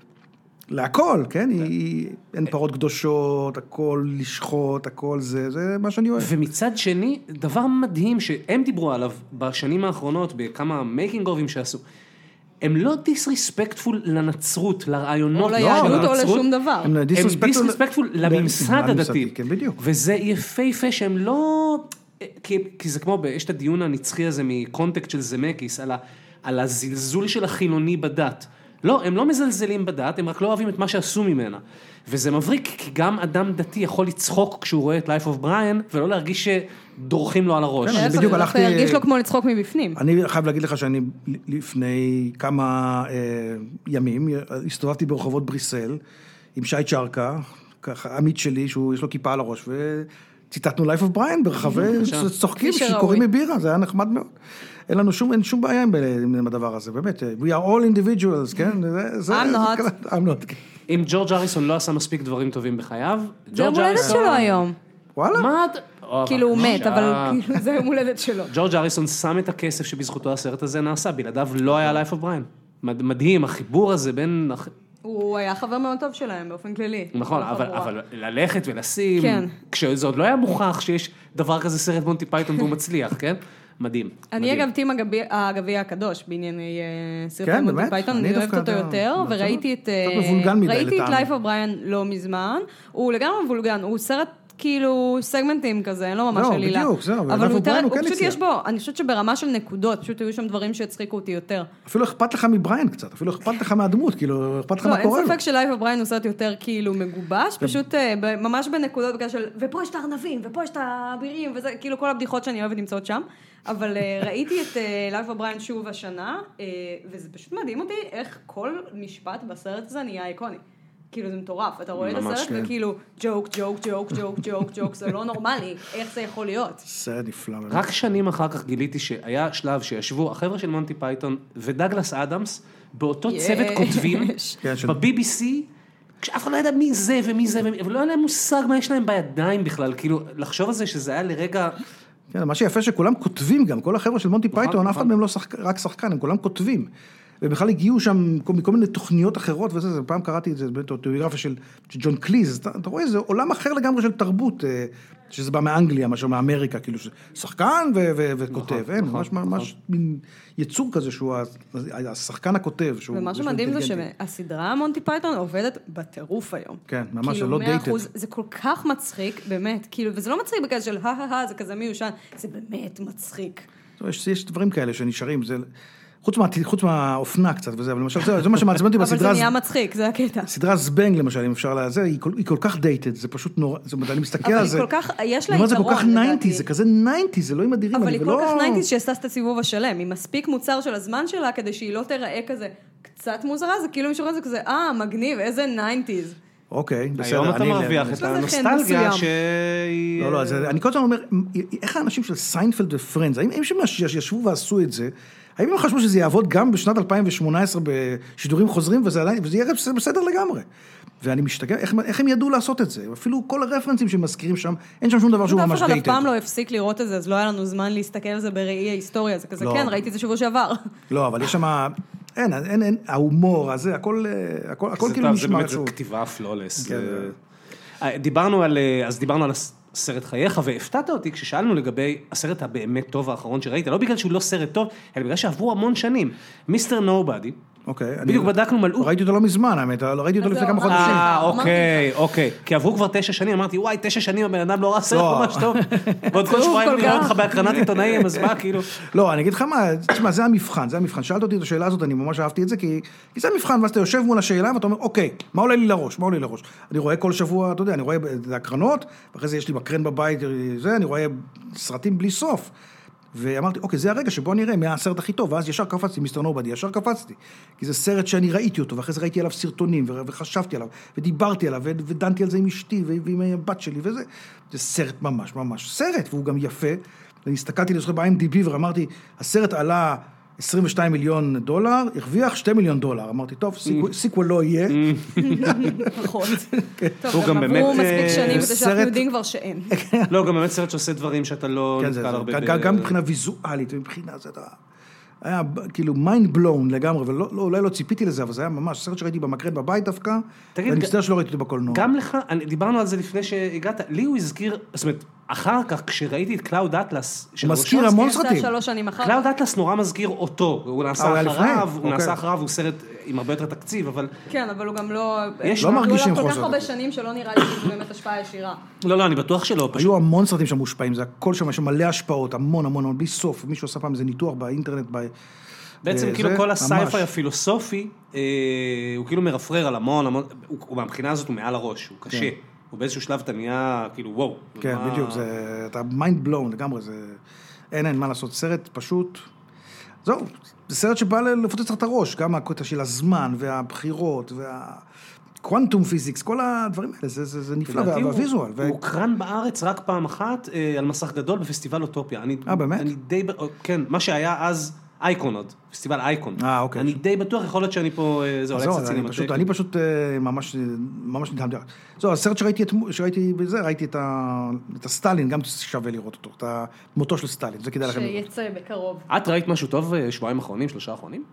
להכל, כן? היא, אין פרות קדושות, הכל לשחוט, הכל זה, זה מה שאני אוהב. ומצד שני, דבר מדהים שהם דיברו עליו בשנים האחרונות, בכמה מייקינג אובים שעשו, הם לא דיסריספקטפול לנצרות, לרעיונות של הנצרות. או ליהדות או לשום דבר. הם דיסריספקטפול לממסד הדתי. כן, בדיוק. וזה יפהפה שהם לא... כי, כי זה כמו, יש את הדיון הנצחי הזה מקונטקט של זמקיס, על, ה, על הזלזול של החילוני בדת. לא, הם לא מזלזלים בדת, הם רק לא אוהבים את מה שעשו ממנה. וזה מבריק, כי גם אדם דתי יכול לצחוק כשהוא רואה את Life of Brian, ולא להרגיש שדורכים לו על הראש. כן, בדיוק הלכתי... להרגיש לו כמו לצחוק מבפנים. אני חייב להגיד לך שאני לפני כמה אה, ימים, הסתובבתי ברחובות בריסל, עם שי צ'רקה, ככה, עמית שלי, שיש לו כיפה על הראש, וציטטנו Life of Brian ברחבי צוחקים, שקוראים מבירה, זה היה נחמד מאוד. אין לנו שום, אין שום בעיה עם הדבר הזה, באמת. We are all individuals, כן? I'm not. I'm not. אם ג'ורג' אריסון לא עשה מספיק דברים טובים בחייו, זה יום הולדת שלו היום. וואלה? מה? כאילו הוא מת, אבל זה יום הולדת שלו. ג'ורג' אריסון שם את הכסף שבזכותו הסרט הזה נעשה, בלעדיו לא היה Life of Brian. מדהים, החיבור הזה בין... הוא היה חבר מאוד טוב שלהם, באופן כללי. נכון, אבל ללכת ולשים, כשזה עוד לא היה מוכח שיש דבר כזה סרט מונטי פייתון והוא מצליח, כן? מדהים. אני אגב טים הגביע הקדוש בענייני סרטי מונטי פייתון, אני אוהבת אותו יותר, וראיתי את Life of Brian לא מזמן, הוא לגמרי מבולגן, הוא סרט כאילו סגמנטים כזה, אין לו ממש לא, עלילה. בדיוק, זהו, אבל הוא יותר, הוא פשוט יש בו, אני חושבת שברמה של נקודות, פשוט היו שם דברים שהצחיקו אותי יותר. אפילו אכפת לך מבריין קצת, אפילו אכפת לך מהדמות, כאילו, אכפת לך מה קורה לו. לא, אין ספק שלייב ובריין הוא סרט יותר כאילו מגובש, פשוט ממש בנקודות בקשר של, ופה יש את הארנבים, ופה יש את האבירים, וזה כאילו כל הבדיחות שאני אוהבת נמצאות שם. אבל ראיתי את לייב ובריין שוב השנה, וזה פשוט מדהים אותי איך כל משפט בסרט הזה נהיה איקוני. כאילו זה מטורף, אתה רואה את הסרט וכאילו ג'וק, ג'וק, ג'וק, ג'וק, ג'וק, ג'וק, זה לא נורמלי, איך זה יכול להיות? סרט נפלא. רק שנים אחר כך גיליתי שהיה שלב שישבו החבר'ה של מונטי פייתון ודגלס אדמס באותו צוות כותבים ב-בי בי סי, כשאף אחד לא ידע מי זה ומי זה, אבל לא היה להם מושג מה יש להם בידיים בכלל, כאילו לחשוב על זה שזה היה לרגע... כן, מה שיפה שכולם כותבים גם, כל החבר'ה של מונטי פייתון, אף אחד מהם לא רק שחקן, הם כולם כותבים. ובכלל הגיעו שם מכל מיני תוכניות אחרות, וזה, זה, פעם קראתי את זה, באוטוביוגרפיה של ג'ון קליז, אתה, אתה רואה, זה עולם אחר לגמרי של תרבות, שזה בא מאנגליה, משהו מאמריקה, כאילו, שחקן ו- ו- וכותב, אין, ממש, ממש מין יצור כזה, שהוא השחקן הכותב. ומה שמדהים זה שהסדרה מונטי פייתון עובדת בטירוף היום. כן, ממש, לא דייטד. זה כל כך מצחיק, באמת, כאילו, וזה לא מצחיק בכזה של, הא-הא-הא, זה כזה מיושן, זה באמת מצחיק. יש, יש דברים כאלה שנשארים, זה... חוץ מה, חוץ מהאופנה קצת וזה, אבל למשל, זה, זה מה שמעצבן אותי בסדרה... אבל זה נהיה מצחיק, זה הקטע. סדרה זבנג, למשל, אם אפשר לזה, היא כל, היא כל כך דייטד, זה פשוט נורא, זאת אומרת, אני מסתכל על זה... אבל היא כל כך, יש לה יתרון, זה כל כך ניינטיז, זה כזה ניינטיז, זה לא עם אדירים, אבל היא כל כך ניינטיז שעשתה את הסיבוב השלם, היא מספיק מוצר של הזמן שלה, כדי שהיא לא תראה כזה קצת מוזרה, זה כאילו מישהו זה כזה, אה, מגניב, איזה ניינטיז. אוקיי, בסדר. היום אתה מרוויח את הנוסטלגיה שהיא... לא, לא, אני כל הזמן אומר, איך האנשים של סיינפלד ופרנדס, האם הם שישבו ועשו את זה, האם הם חשבו שזה יעבוד גם בשנת אלפיים שמונה עשרה בשידורים חוזרים, וזה יהיה בסדר לגמרי. ואני משתגע, איך, איך הם ידעו לעשות את זה? אפילו כל הרפרנסים שמזכירים שם, אין שם שום דבר שהוא ממש דייטד. אף פעם לא הפסיק לראות את זה, אז לא היה לנו זמן להסתכל על זה בראי ההיסטוריה, זה כזה, כן, ראיתי את זה שבוע שעבר. לא, אבל יש שם, אין, אין, אין, ההומור הזה, הכל, הכל, הכל כאילו נשמע. זה באמת כתיבה פלולס. דיברנו על, אז דיברנו על סרט חייך, והפתעת אותי כששאלנו לגבי הסרט הבאמת טוב האחרון שראית, לא בגלל שהוא לא סרט טוב, אלא בגלל שעברו המון שנים. מיסטר נובדי, אוקיי. בדיוק בדקנו מלאו. ראיתי אותו לא מזמן, האמת, ראיתי אותו לפני כמה חודשים. אה, אוקיי, אוקיי. כי עברו כבר תשע שנים, אמרתי, וואי, תשע שנים, הבן אדם לא ראה סרט ממש טוב. ועוד כל שבועיים לראות אותך בהקרנת עיתונאים, אז מה, כאילו... לא, אני אגיד לך מה, תשמע, זה המבחן, זה המבחן. שאלת אותי את השאלה הזאת, אני ממש אהבתי את זה, כי זה המבחן, ואז אתה יושב מול השאלה, ואתה אומר, אוקיי, מה עולה לי לראש? מה עולה לי לראש? אני רואה כל שבוע, אתה יודע, אני רואה את ההקרנות, ואחרי זה יש לי מקרן בבית, זה, אני רואה סרטים בלי סוף. ואמרתי, אוקיי, זה הרגע שבו אני אראה מה הסרט הכי טוב, ואז ישר קפצתי, מיסטר נובדי, ישר קפצתי, כי זה סרט שאני ראיתי אותו, ואחרי זה ראיתי עליו סרטונים, וחשבתי עליו, ודיברתי עליו, ודנתי על זה עם אשתי, ועם הבת שלי, וזה, זה סרט ממש, ממש סרט, והוא גם יפה, ואני הסתכלתי לזכות ב-איי אם די בי, ואמרתי, הסרט עלה עשרים ושניים מיליון דולר, הרוויח שני מיליון דולר, אמרתי, טוב, סיקוול לא יהיה. פחות. טוב, הם עברו מספיק שנים, כדי שאנחנו יודעים כבר שאין. לא, גם באמת סרט שעושה דברים שאתה לא נתקל הרבה. גם מבחינה ויזואלית, ומבחינה זה היה כאילו mind blown לגמרי, ואולי לא ציפיתי לזה, אבל זה היה ממש סרט שראיתי במקרן בבית דווקא, ואני מצטער שלא ראיתי אותו בקולנוע. גם לך, דיברנו על זה לפני שהגעת, לי הוא הזכיר, זאת אומרת, אחר כך, כשראיתי את קלאוד אטלס, הוא מזכיר המון סרטים. קלאוד אטלס נורא מזכיר אותו, הוא נעשה אחריו, הוא נעשה אחריו, הוא סרט עם הרבה יותר תקציב, אבל... כן, אבל הוא גם לא... לא מרגישים חוסר. כל כך הרבה שנים שלא נראה לי שזה באמת השפעה ישירה. לא, לא, אני בטוח שלא. היו המון סרטים שם מושפעים, זה הכל שם, יש שם מלא השפעות, המון, המון, בלי סוף. מישהו עשה פעם איזה ניתוח באינטרנט, בעצם כאילו כל הסייפיי הפילוסופי, הוא כאילו מרפרר על המון, המון, ובבחינה הזאת הוא מעל הראש, הוא קשה. הוא באיזשהו שלב אתה נהיה, כאילו, וואו. כן, בדיוק, אתה mind blown לגמרי, זה... אין, אין מה לעשות, סרט פשוט... זהו, זה סרט שבא לפוצץ את הראש, גם הקטע של הזמן, והבחירות, והקוונטום פיזיקס, כל הדברים האלה, זה נפלא, והוויזואל. הוא הוקרן בארץ רק פעם אחת, על מסך גדול בפסטיבל אוטופיה. אה, באמת? אני די, כן, מה שהיה אז... אייקון עוד, פסטיבל אייקון. אה, אוקיי. אני די בטוח, יכול להיות שאני פה, זה עולה קצת סינמטק. אני פשוט ממש, ממש נתנתי. זהו, הסרט שראיתי בזה, ראיתי את הסטלין, גם שווה לראות אותו, את המותו של סטלין, זה כדאי לכם לראות. שיצא בקרוב. את ראית משהו טוב שבועיים האחרונים, שלושה האחרונים?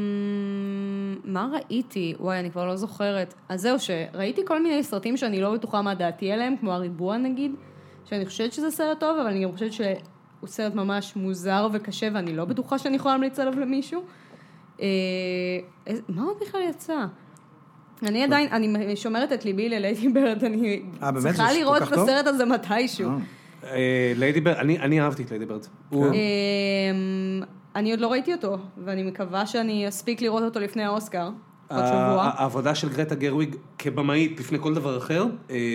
מה ראיתי? וואי, אני כבר לא זוכרת. אז זהו, שראיתי כל מיני סרטים שאני לא בטוחה מה דעתי עליהם, כמו הריבוע נגיד, שאני חושבת שזה סרט טוב, אבל אני גם חושבת ש... הוא סרט ממש מוזר וקשה, ואני לא בטוחה שאני יכולה להמליץ עליו למישהו. מה עוד בכלל יצא? אני עדיין, אני שומרת את ליבי לליידי ברד, אני צריכה לראות בסרט הזה מתישהו. ליידי ברד, אני אהבתי את ליידי ברד. אני עוד לא ראיתי אותו, ואני מקווה שאני אספיק לראות אותו לפני האוסקר, עוד שבוע. העבודה של גרטה גרוויג כבמאית לפני כל דבר אחר,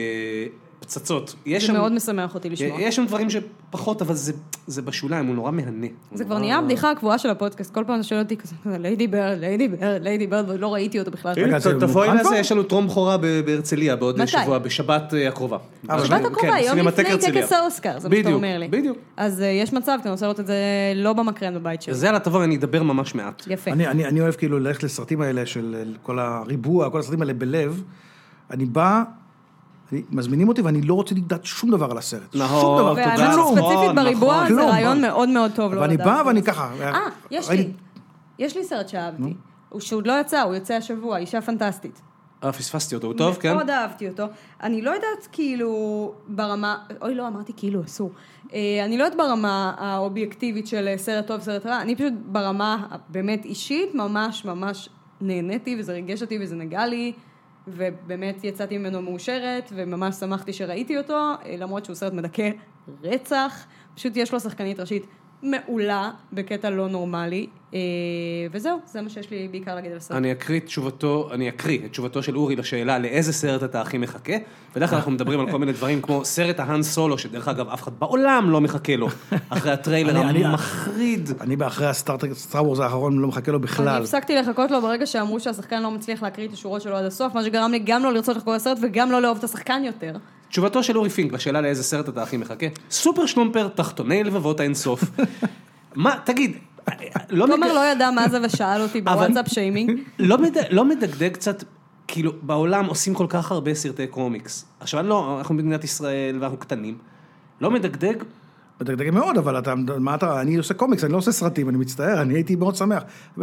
פצצות. זה מאוד משמח אותי לשמוע. יש שם דברים שפחות, אבל זה בשוליים, הוא נורא מהנה. זה כבר נהיה הבדיחה הקבועה של הפודקאסט, כל פעם שואל אותי כזה, ליידי ברד, ליידי ברד, ליידי ברד, ולא ראיתי אותו בכלל. תבואי לזה, יש לנו טרום בכורה בהרצליה, בעוד שבוע, בשבת הקרובה. בשבת הקרובה, יום לפני טקס האוסקר, זה מה שאתה אומר לי. בדיוק. אז יש מצב, כי אני רוצה לראות את זה לא במקרן בבית שלי. זה על התבוא, אני אדבר ממש מעט. יפה. אני אוהב כאילו ללכת לסרטים האלה של כל הריבוע, כל הסרטים האלה בלב. אני בא מזמינים אותי ואני לא רוצה לדעת שום דבר על הסרט. נכון, שום דבר. והאמת שספציפית בריבוע זה רעיון מאוד מאוד טוב. ואני בא ואני ככה. אה, יש לי. יש לי סרט שאהבתי. הוא שעוד לא יצא, הוא יוצא השבוע, אישה פנטסטית. אה, פספסתי אותו, הוא טוב, כן? מאוד אהבתי אותו. אני לא יודעת כאילו ברמה, אוי לא, אמרתי כאילו, אסור. אני לא יודעת ברמה האובייקטיבית של סרט טוב, סרט רע. אני פשוט ברמה באמת אישית, ממש ממש נהניתי וזה ריגש אותי וזה נגע לי. ובאמת יצאתי ממנו מאושרת, וממש שמחתי שראיתי אותו, למרות שהוא סרט מדכא רצח, פשוט יש לו שחקנית ראשית מעולה, בקטע לא נורמלי, וזהו, זה מה שיש לי בעיקר להגיד על הסרט. אני אקריא את תשובתו, אני אקריא את תשובתו של אורי לשאלה, לאיזה סרט אתה הכי מחכה, בדרך כלל אנחנו מדברים על כל מיני דברים, כמו סרט ההאן סולו, שדרך אגב אף אחד בעולם לא מחכה לו, אחרי הטריילר המחריד. אני באחרי הסטאר וורס האחרון לא מחכה לו בכלל. אני הפסקתי לחכות לו ברגע שאמרו שהשחקן לא מצליח להקריא את השורות שלו עד הסוף, מה שגרם לי גם לא לרצות לחכות לסרט וגם לא לאהוב את השחקן יותר. תשובתו של אורי פינק, בשאלה לאיזה סרט אתה הכי מחכה, סופר שלומפר, תחתוני לבבות האינסוף. מה, תגיד, תומר לא ידע מה זה ושאל אותי בוואטסאפ שיימינג. לא מדגדג קצת, כאילו, בעולם עושים כל כך הרבה סרטי קומיקס. עכשיו, לא, אנחנו במדינת ישראל ואנחנו קטנים. לא מדגדג? מדגדג מאוד, אבל אתה, מה אתה, אני עושה קומיקס, אני לא עושה סרטים, אני מצטער, אני הייתי מאוד שמח.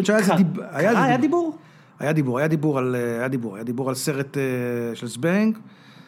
היה דיבור? היה דיבור, היה דיבור על, היה דיבור, היה דיבור על סרט של זבנג,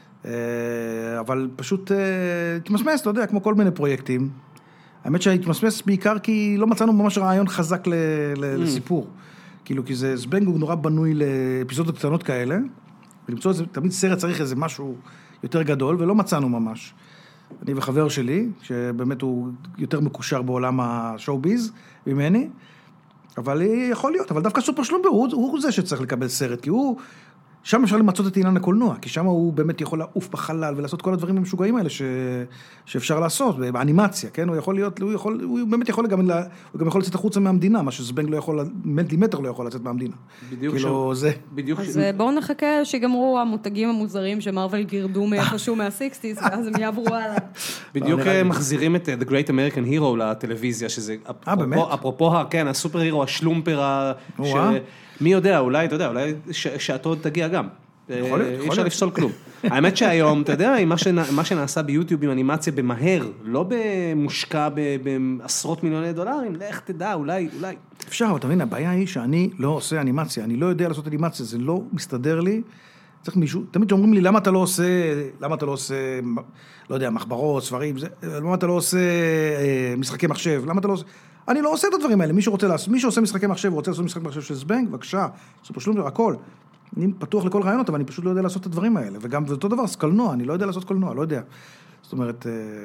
אבל פשוט התמסמס, אתה יודע, כמו כל מיני פרויקטים. האמת שהתמסמס בעיקר כי לא מצאנו ממש רעיון חזק לסיפור. כאילו, כי זה זבנג הוא נורא בנוי לאפיזודות קטנות כאלה, ולמצוא איזה, תמיד סרט צריך איזה משהו יותר גדול, ולא מצאנו ממש. אני וחבר שלי, שבאמת הוא יותר מקושר בעולם השואו-ביז ממני, אבל יכול להיות, אבל דווקא סופר שלומבר, הוא, הוא זה שצריך לקבל סרט, כי הוא, שם אפשר למצות את עניין הקולנוע, כי שם הוא באמת יכול לעוף בחלל ולעשות כל הדברים המשוגעים האלה ש... שאפשר לעשות, באנימציה, כן? הוא יכול להיות, הוא יכול, הוא באמת יכול גם, הוא גם יכול לצאת החוצה מהמדינה, מה שזבנג לא יכול, מנטימטר לא יכול לצאת מהמדינה. בדיוק כאילו, שם. זה. בדיוק אז ש... בואו נחכה שיגמרו המותגים המוזרים שמרוול גירדו מאיפשהו מה-סיקסטיז, ואז הם יעברו הלאה. בדיוק מחזירים את The Great American Hero לטלוויזיה, שזה, אפרופו, כן, הסופר הירו, השלומפר, מי יודע, אולי, אתה יודע, אולי שעתו תגיע גם. אי אפשר לפסול כלום. האמת שהיום, אתה יודע, מה שנעשה ביוטיוב עם אנימציה במהר, לא במושקע בעשרות מיליוני דולרים, לך תדע, אולי, אולי. אפשר, אבל אתה מבין, הבעיה היא שאני לא עושה אנימציה, אני לא יודע לעשות אנימציה, זה לא מסתדר לי. צריך מישהו, תמיד שאומרים לי, למה אתה לא עושה, למה אתה לא עושה, לא יודע, מחברות, ספרים, למה אתה לא עושה משחקי מחשב, למה אתה לא עושה... אני לא עושה את הדברים האלה, מי שרוצה לעשות, מי שעושה משחקי מחשב, רוצה לעשות משחק מחשב של זבנג, בבקשה, סופר שלומבר, הכל. אני פתוח לכל רעיונות, אבל אני פשוט לא יודע לעשות את הדברים האלה, וגם אותו דבר, קולנוע, אני לא יודע לעשות קולנוע, לא יודע. זאת אומרת,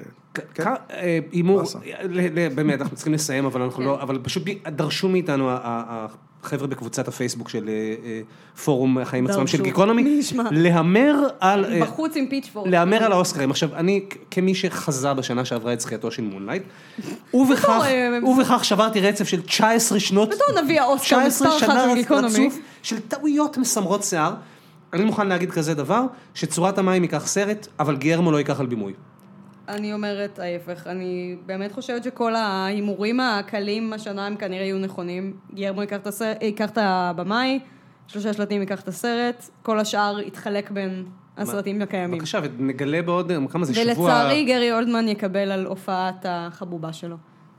אימור, באמת, אנחנו צריכים לסיים, אבל אנחנו לא, אבל פשוט דרשו מאיתנו החבר'ה בקבוצת הפייסבוק של פורום החיים עצמם של גיקונומי, להמר על... בחוץ עם פיצ'פורק. להמר על האוסקרים. עכשיו, אני, כמי שחזה בשנה שעברה את זכייתו של מונלייט, ובכך שברתי רצף של תשע עשרה שנות... בתור נביא האוסקר מספר אחד של גיקונומי. של טעויות מסמרות שיער. אני מוכן להגיד כזה דבר, שצורת המים ייקח סרט, אבל גיירמו לא ייקח על בימוי. אני אומרת ההפך, אני באמת חושבת שכל ההימורים הקלים השנה הם כנראה יהיו נכונים. גיירמו ייקח את הבמאי, שלושה שלטים ייקח את הסרט, כל השאר יתחלק בין הסרטים הקיימים. בבקשה, ונגלה בעוד כמה זה שבוע... ולצערי גרי אולדמן יקבל על הופעת החבובה שלו.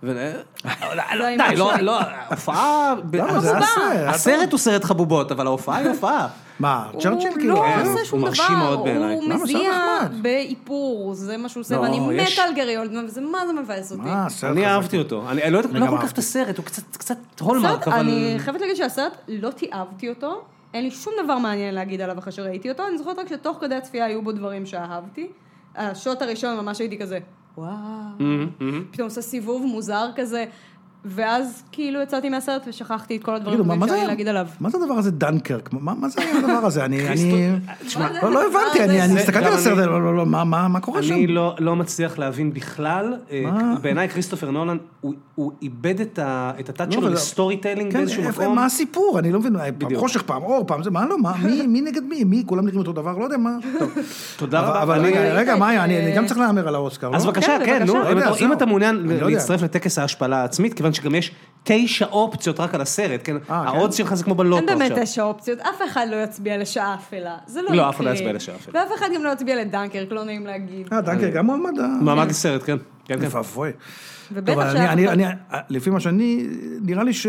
די, לא, ההופעה... הסרט הוא סרט חבובות, אבל ההופעה היא הופעה. מה, צ'רצ'יל כאילו? הוא לא עושה שום דבר, הוא מזיע באיפור, זה מה שהוא עושה, ואני מת על גרי אולדמן, וזה מה זה מבאס אותי. אני אהבתי אותו, אני לא כל כך את הסרט, הוא קצת הולמרק, אבל... אני חייבת להגיד שהסרט, לא תיאבתי אותו, אין לי שום דבר מעניין להגיד עליו אחרי שראיתי אותו, אני זוכרת רק שתוך כדי הצפייה היו בו דברים שאהבתי. השוט הראשון ממש הייתי כזה, וואו, פתאום עושה סיבוב מוזר כזה, ואז כאילו יצאתי מהסרט ושכחתי את כל הדברים שאפשר להגיד עליו. מה זה הדבר הזה דנקרק? מה זה הדבר הזה? אני לא הבנתי, אני הסתכלתי על הסרט, מה קורה שם? אני לא מצליח להבין בכלל. בעיניי כריסטופר נולן, הוא איבד את הטאצ' שלו לסטורי טיילינג באיזשהו מקום. מה הסיפור? אני לא מבין, פעם חושך, פעם אור, פעם זה, מה לא? מי נגד מי? מי? כולם נראים אותו דבר? לא יודע מה. תודה רבה. אבל רגע, מאיה, אני גם צריך להאמר על האוסקר. אז בבקשה, כן, אם אתה מעוניין להצטרף לטקס ההשפלה העצמית, כיוון שגם יש תשע אופציות רק על הסרט, כן? העוד שלך זה כמו בלוטו עכשיו. אין באמת תשע אופציות, אף אחד לא יצביע לשעה אפלה, זה לא יקרה. לא, אף אחד לא יצביע לשעה אפלה. ואף אחד גם לא יצביע לדנקרק, לא נעים להגיד. אה, דנקרק גם מועמד. מועמד לסרט, כן. לפעפוי. ובטח שאף לפי מה שאני, נראה לי ש...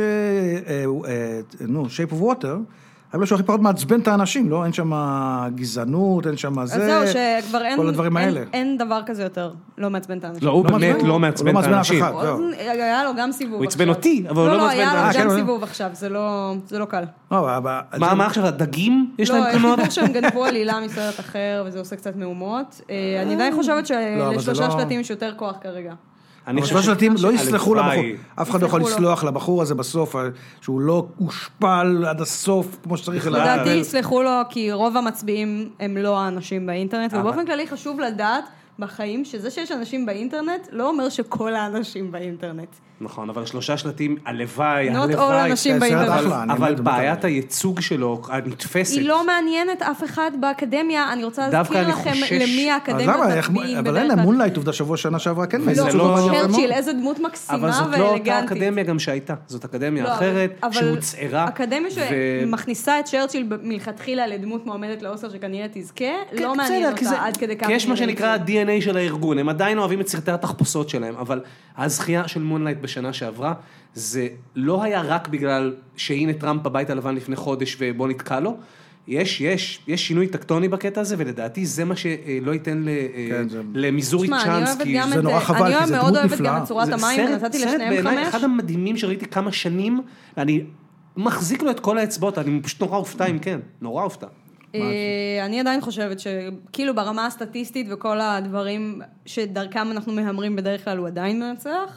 נו, Shape of Water, אבל שהוא הכי פחות מעצבן את האנשים, לא? אין שם גזענות, אין שם זה, אז זהו, שכבר אין, כל הדברים האלה. אין, אין דבר כזה יותר, לא מעצבן את האנשים. לא, הוא באמת לא מעצבן את האנשים. היה לו גם סיבוב עכשיו. הוא עצבן אותי, אבל הוא לא מעצבן את האנשים. לא, היה לו גם סיבוב עכשיו, זה לא, זה לא קל. מה עכשיו, הדגים? יש להם תמונות? לא, יש שהם גנבו עלילה מסרט אחר, וזה עושה קצת מהומות. אני עדיין חושבת שלשלושה שלטים יש יותר כוח כרגע. שלושה שלטים לא יסלחו לבחור, אף אחד לא יכול לסלוח לבחור הזה בסוף, שהוא לא הושפל עד הסוף כמו שצריך. לדעתי יסלחו לו, כי רוב המצביעים הם לא האנשים באינטרנט, ובאופן כללי חשוב לדעת בחיים שזה שיש אנשים באינטרנט, לא אומר שכל האנשים באינטרנט. נכון, אבל שלושה שלטים, הלוואי, הלוואי. Not all אנשים באינטרנט. אבל בעיית הייצוג שלו, הנתפסת. היא לא מעניינת אף אחד באקדמיה, אני רוצה להזכיר לכם למי האקדמיה מצביעים. אבל אין, מונלייט עובדה שבוע שנה שעברה, כן. לא, צ'רצ'יל, איזה דמות מקסימה ואלגנטית. אבל זאת לא אותה אקדמיה גם שהייתה, זאת אקדמיה אחרת, שהוצערה. אקדמיה שמכניסה את צ'רצ'יל מלכתחילה לדמות מועמדת לאוסקר שכנראה תזכה, לא מעניין אותה עד כדי כמה. יש מה שנקרא ה-די אן איי של הארגון, הם עדיין אוהבים את סרטי התחפושות שלהם, אבל הזכייה של מונלייט בשנה שעברה, זה לא היה רק בגלל שהנה טראמפ בבית הלבן לפני חודש ובוא נתקע לו, יש, יש, יש שינוי טקטוני בקטע הזה, ולדעתי זה מה שלא ייתן למיזורי צ'אנס, כי זה נורא חבל, כי זה דמות נפלאה. אני מאוד אוהבת גם את צורת המים, נתתי לשניהם חמש. אחד המדהימים שראיתי כמה שנים, אני מחזיק לו את כל האצבעות, אני פשוט נורא אופתע אם כן, נורא אופתע. אני עדיין חושבת שכאילו ברמה הסטטיסטית וכל הדברים שדרכם אנחנו מהמרים בדרך כלל הוא עדיין מנצח.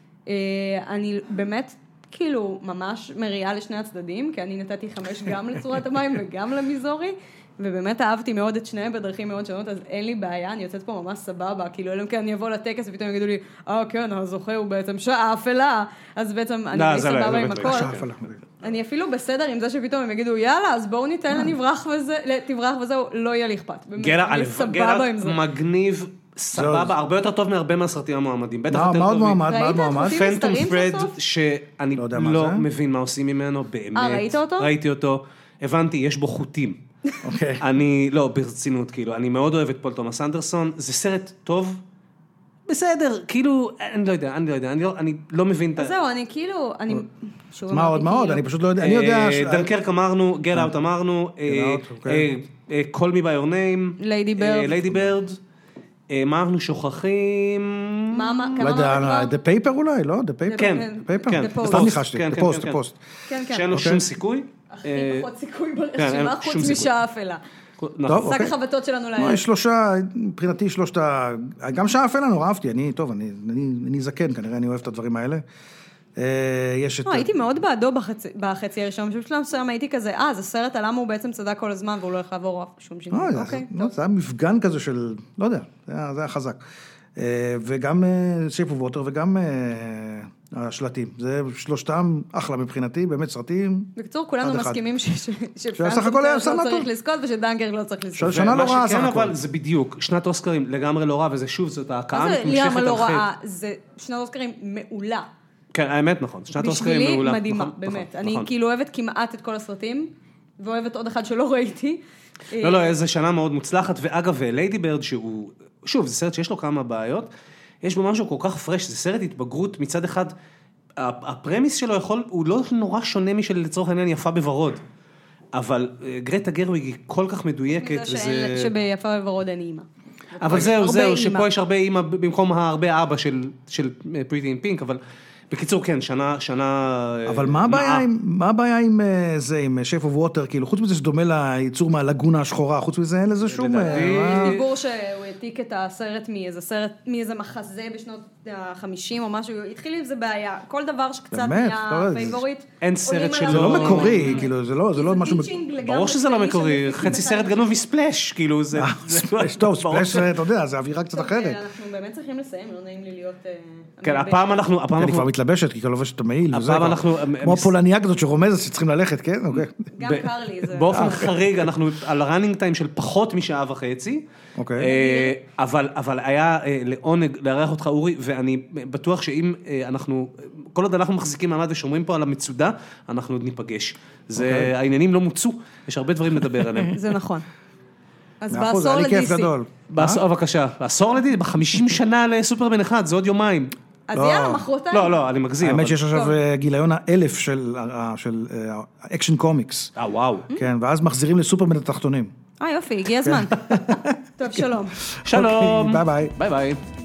אני באמת כאילו ממש מריעה לשני הצדדים, כי אני נתתי חמש גם לצורת המים וגם למיזורי, ובאמת אהבתי מאוד את שניהם בדרכים מאוד שונות, אז אין לי בעיה, אני יוצאת פה ממש סבבה, כאילו אלא כן אני אבוא לטקס ופתאום יגידו לי, אה כן, הזוכה הוא בעצם שעה אפלה, אז בעצם אני די סבבה עם הכל. אני אפילו בסדר עם זה שפתאום הם יגידו, יאללה, אז בואו ניתן לנברח וזה, תברח וזהו, לא יהיה לי אכפת. אני סבבה עם זה. מגניב, סבבה, הרבה יותר טוב מהרבה מהסרטים המועמדים. בטח יותר טובים. מה עוד מועמד? פנטום פרד, שאני לא מבין מה עושים ממנו, באמת. אה, ראית אותו? ראיתי אותו. הבנתי, יש בו חוטים. אני, לא, ברצינות, כאילו, אני מאוד אוהב את פול תומאס אנדרסון, זה סרט טוב, בסדר, כאילו, אני לא יודע, אני לא יודע, אני לא מבין את ה... זהו, אני כאילו, אני... מה עוד, מה עוד, אני פשוט לא יודע, אני יודע... דנקרק אמרנו, Get Out אמרנו, Call Me By Your Name, Lady Bird, Lady Bird, מה אנחנו שוכחים... מה, מה, לא יודע, The Paper אולי, לא? The Paper? כן, כן, סתם ניחשתי, The Post, The Post. שאין לו שום סיכוי. הכי פחות סיכוי ברשימה, חוץ משעה אפלה. שק החבטות שלנו להם. יש שלושה, מבחינתי שלושת ה... גם שעה אפלה נורא אהבתי, אני, טוב, אני זקן, כנראה אני אוהב את הדברים האלה. הייתי מאוד בעדו בחצי הראשון, פשוט שלב מסוים הייתי כזה, אה, זה סרט על למה הוא בעצם צדק כל הזמן, והוא לא יכול לעבור שום שינוי. זה היה מפגן כזה של, לא יודע, זה היה חזק. וגם Shape of Water וגם השלטים. זה שלושתם אחלה מבחינתי, באמת סרטים. בקצור, כולנו מסכימים שפרנס לא צריך לזכות ושדנקרק לא צריך לזכות. שנה לא רעה, כן, אבל זה בדיוק, שנת אוסקרים לגמרי לא רעה, וזה שוב, זאת ההקעה מתמשכת על חטא. זה שנת אוסקרים מעולה. כן, האמת נכון, שנת אוסקרים מעולה. בשבילי מדהימה, באמת. אני כאילו אוהבת כמעט את כל הסרטים, ואוהבת עוד אחד שלא ראיתי. לא, לא, איזו שנה מאוד מוצלחת, ואגב, ליידי בירד שהוא, שוב, זה סרט שיש לו כמה בעיות, יש בו משהו כל כך פרש, זה סרט התבגרות מצד אחד, הפרמיס שלו יכול, הוא לא נורא שונה משל לצורך העניין יפה בוורוד, אבל גרטה גרוויג היא כל כך מדויקת, וזה... שביפה בוורוד אין אימא. אבל זהו, זהו, שפה יש הרבה אימא, במקום הרבה אבא של פריטי אין פינק, אבל בקיצור, כן, שנה, שנה... אבל מה הבעיה עם, מה הבעיה עם זה, עם שייפ אוף ווטר, כאילו, חוץ מזה שדומה לייצור מהלגונה השחורה, חוץ מזה אין לזה שום... יש דיבור שהוא העתיק את הסרט מאיזה סרט, מאיזה מחזה בשנות ה-חמישים או משהו, התחיל עם זה בעיה, כל דבר שקצת נהיה פייבוריט. אין סרט שלא... זה לא מקורי, כאילו, זה לא משהו... ברור שזה לא מקורי, חצי סרט גנוב מספלש, כאילו, זה... טוב, ספלש, אתה יודע, זה אווירה קצת אחרת. אנחנו באמת צריכים לסיים, לא נעים לי להיות... כן, הפעם אנחנו... אני כבר מתלבשת, כי כלובשת את המעיל. הפעם אנחנו... כמו הפולניה כזאת שרומזת שצריכים ללכת, כן? אוקיי. גם קר לי. באופן חריג, אנחנו על הרנינג טיים של פחות משעה וחצי. אוקיי. אבל היה לעונג לארח אותך, אורי, ואני בטוח שאם אנחנו... כל עוד אנחנו מחזיקים מעמד ושומרים פה על המצודה, אנחנו עוד ניפגש. העניינים לא מוצאו, יש הרבה דברים לדבר עליהם. זה נכון. אז בעשור לדיסי. בעשור, בבקשה. בעשור לדיסי, בחמישים שנה לסופרמן אחד, זה עוד יומיים. אז יאללה, מחרותיים. לא, לא, אני מגזים. האמת שיש עכשיו גיליון האלף של אקשן קומיקס. אה, וואו. כן, ואז מחזירים לסופרמן את התחתונים. אה, יופי, הגיע הזמן. טוב, שלום. שלום. ביי ביי. ביי ביי.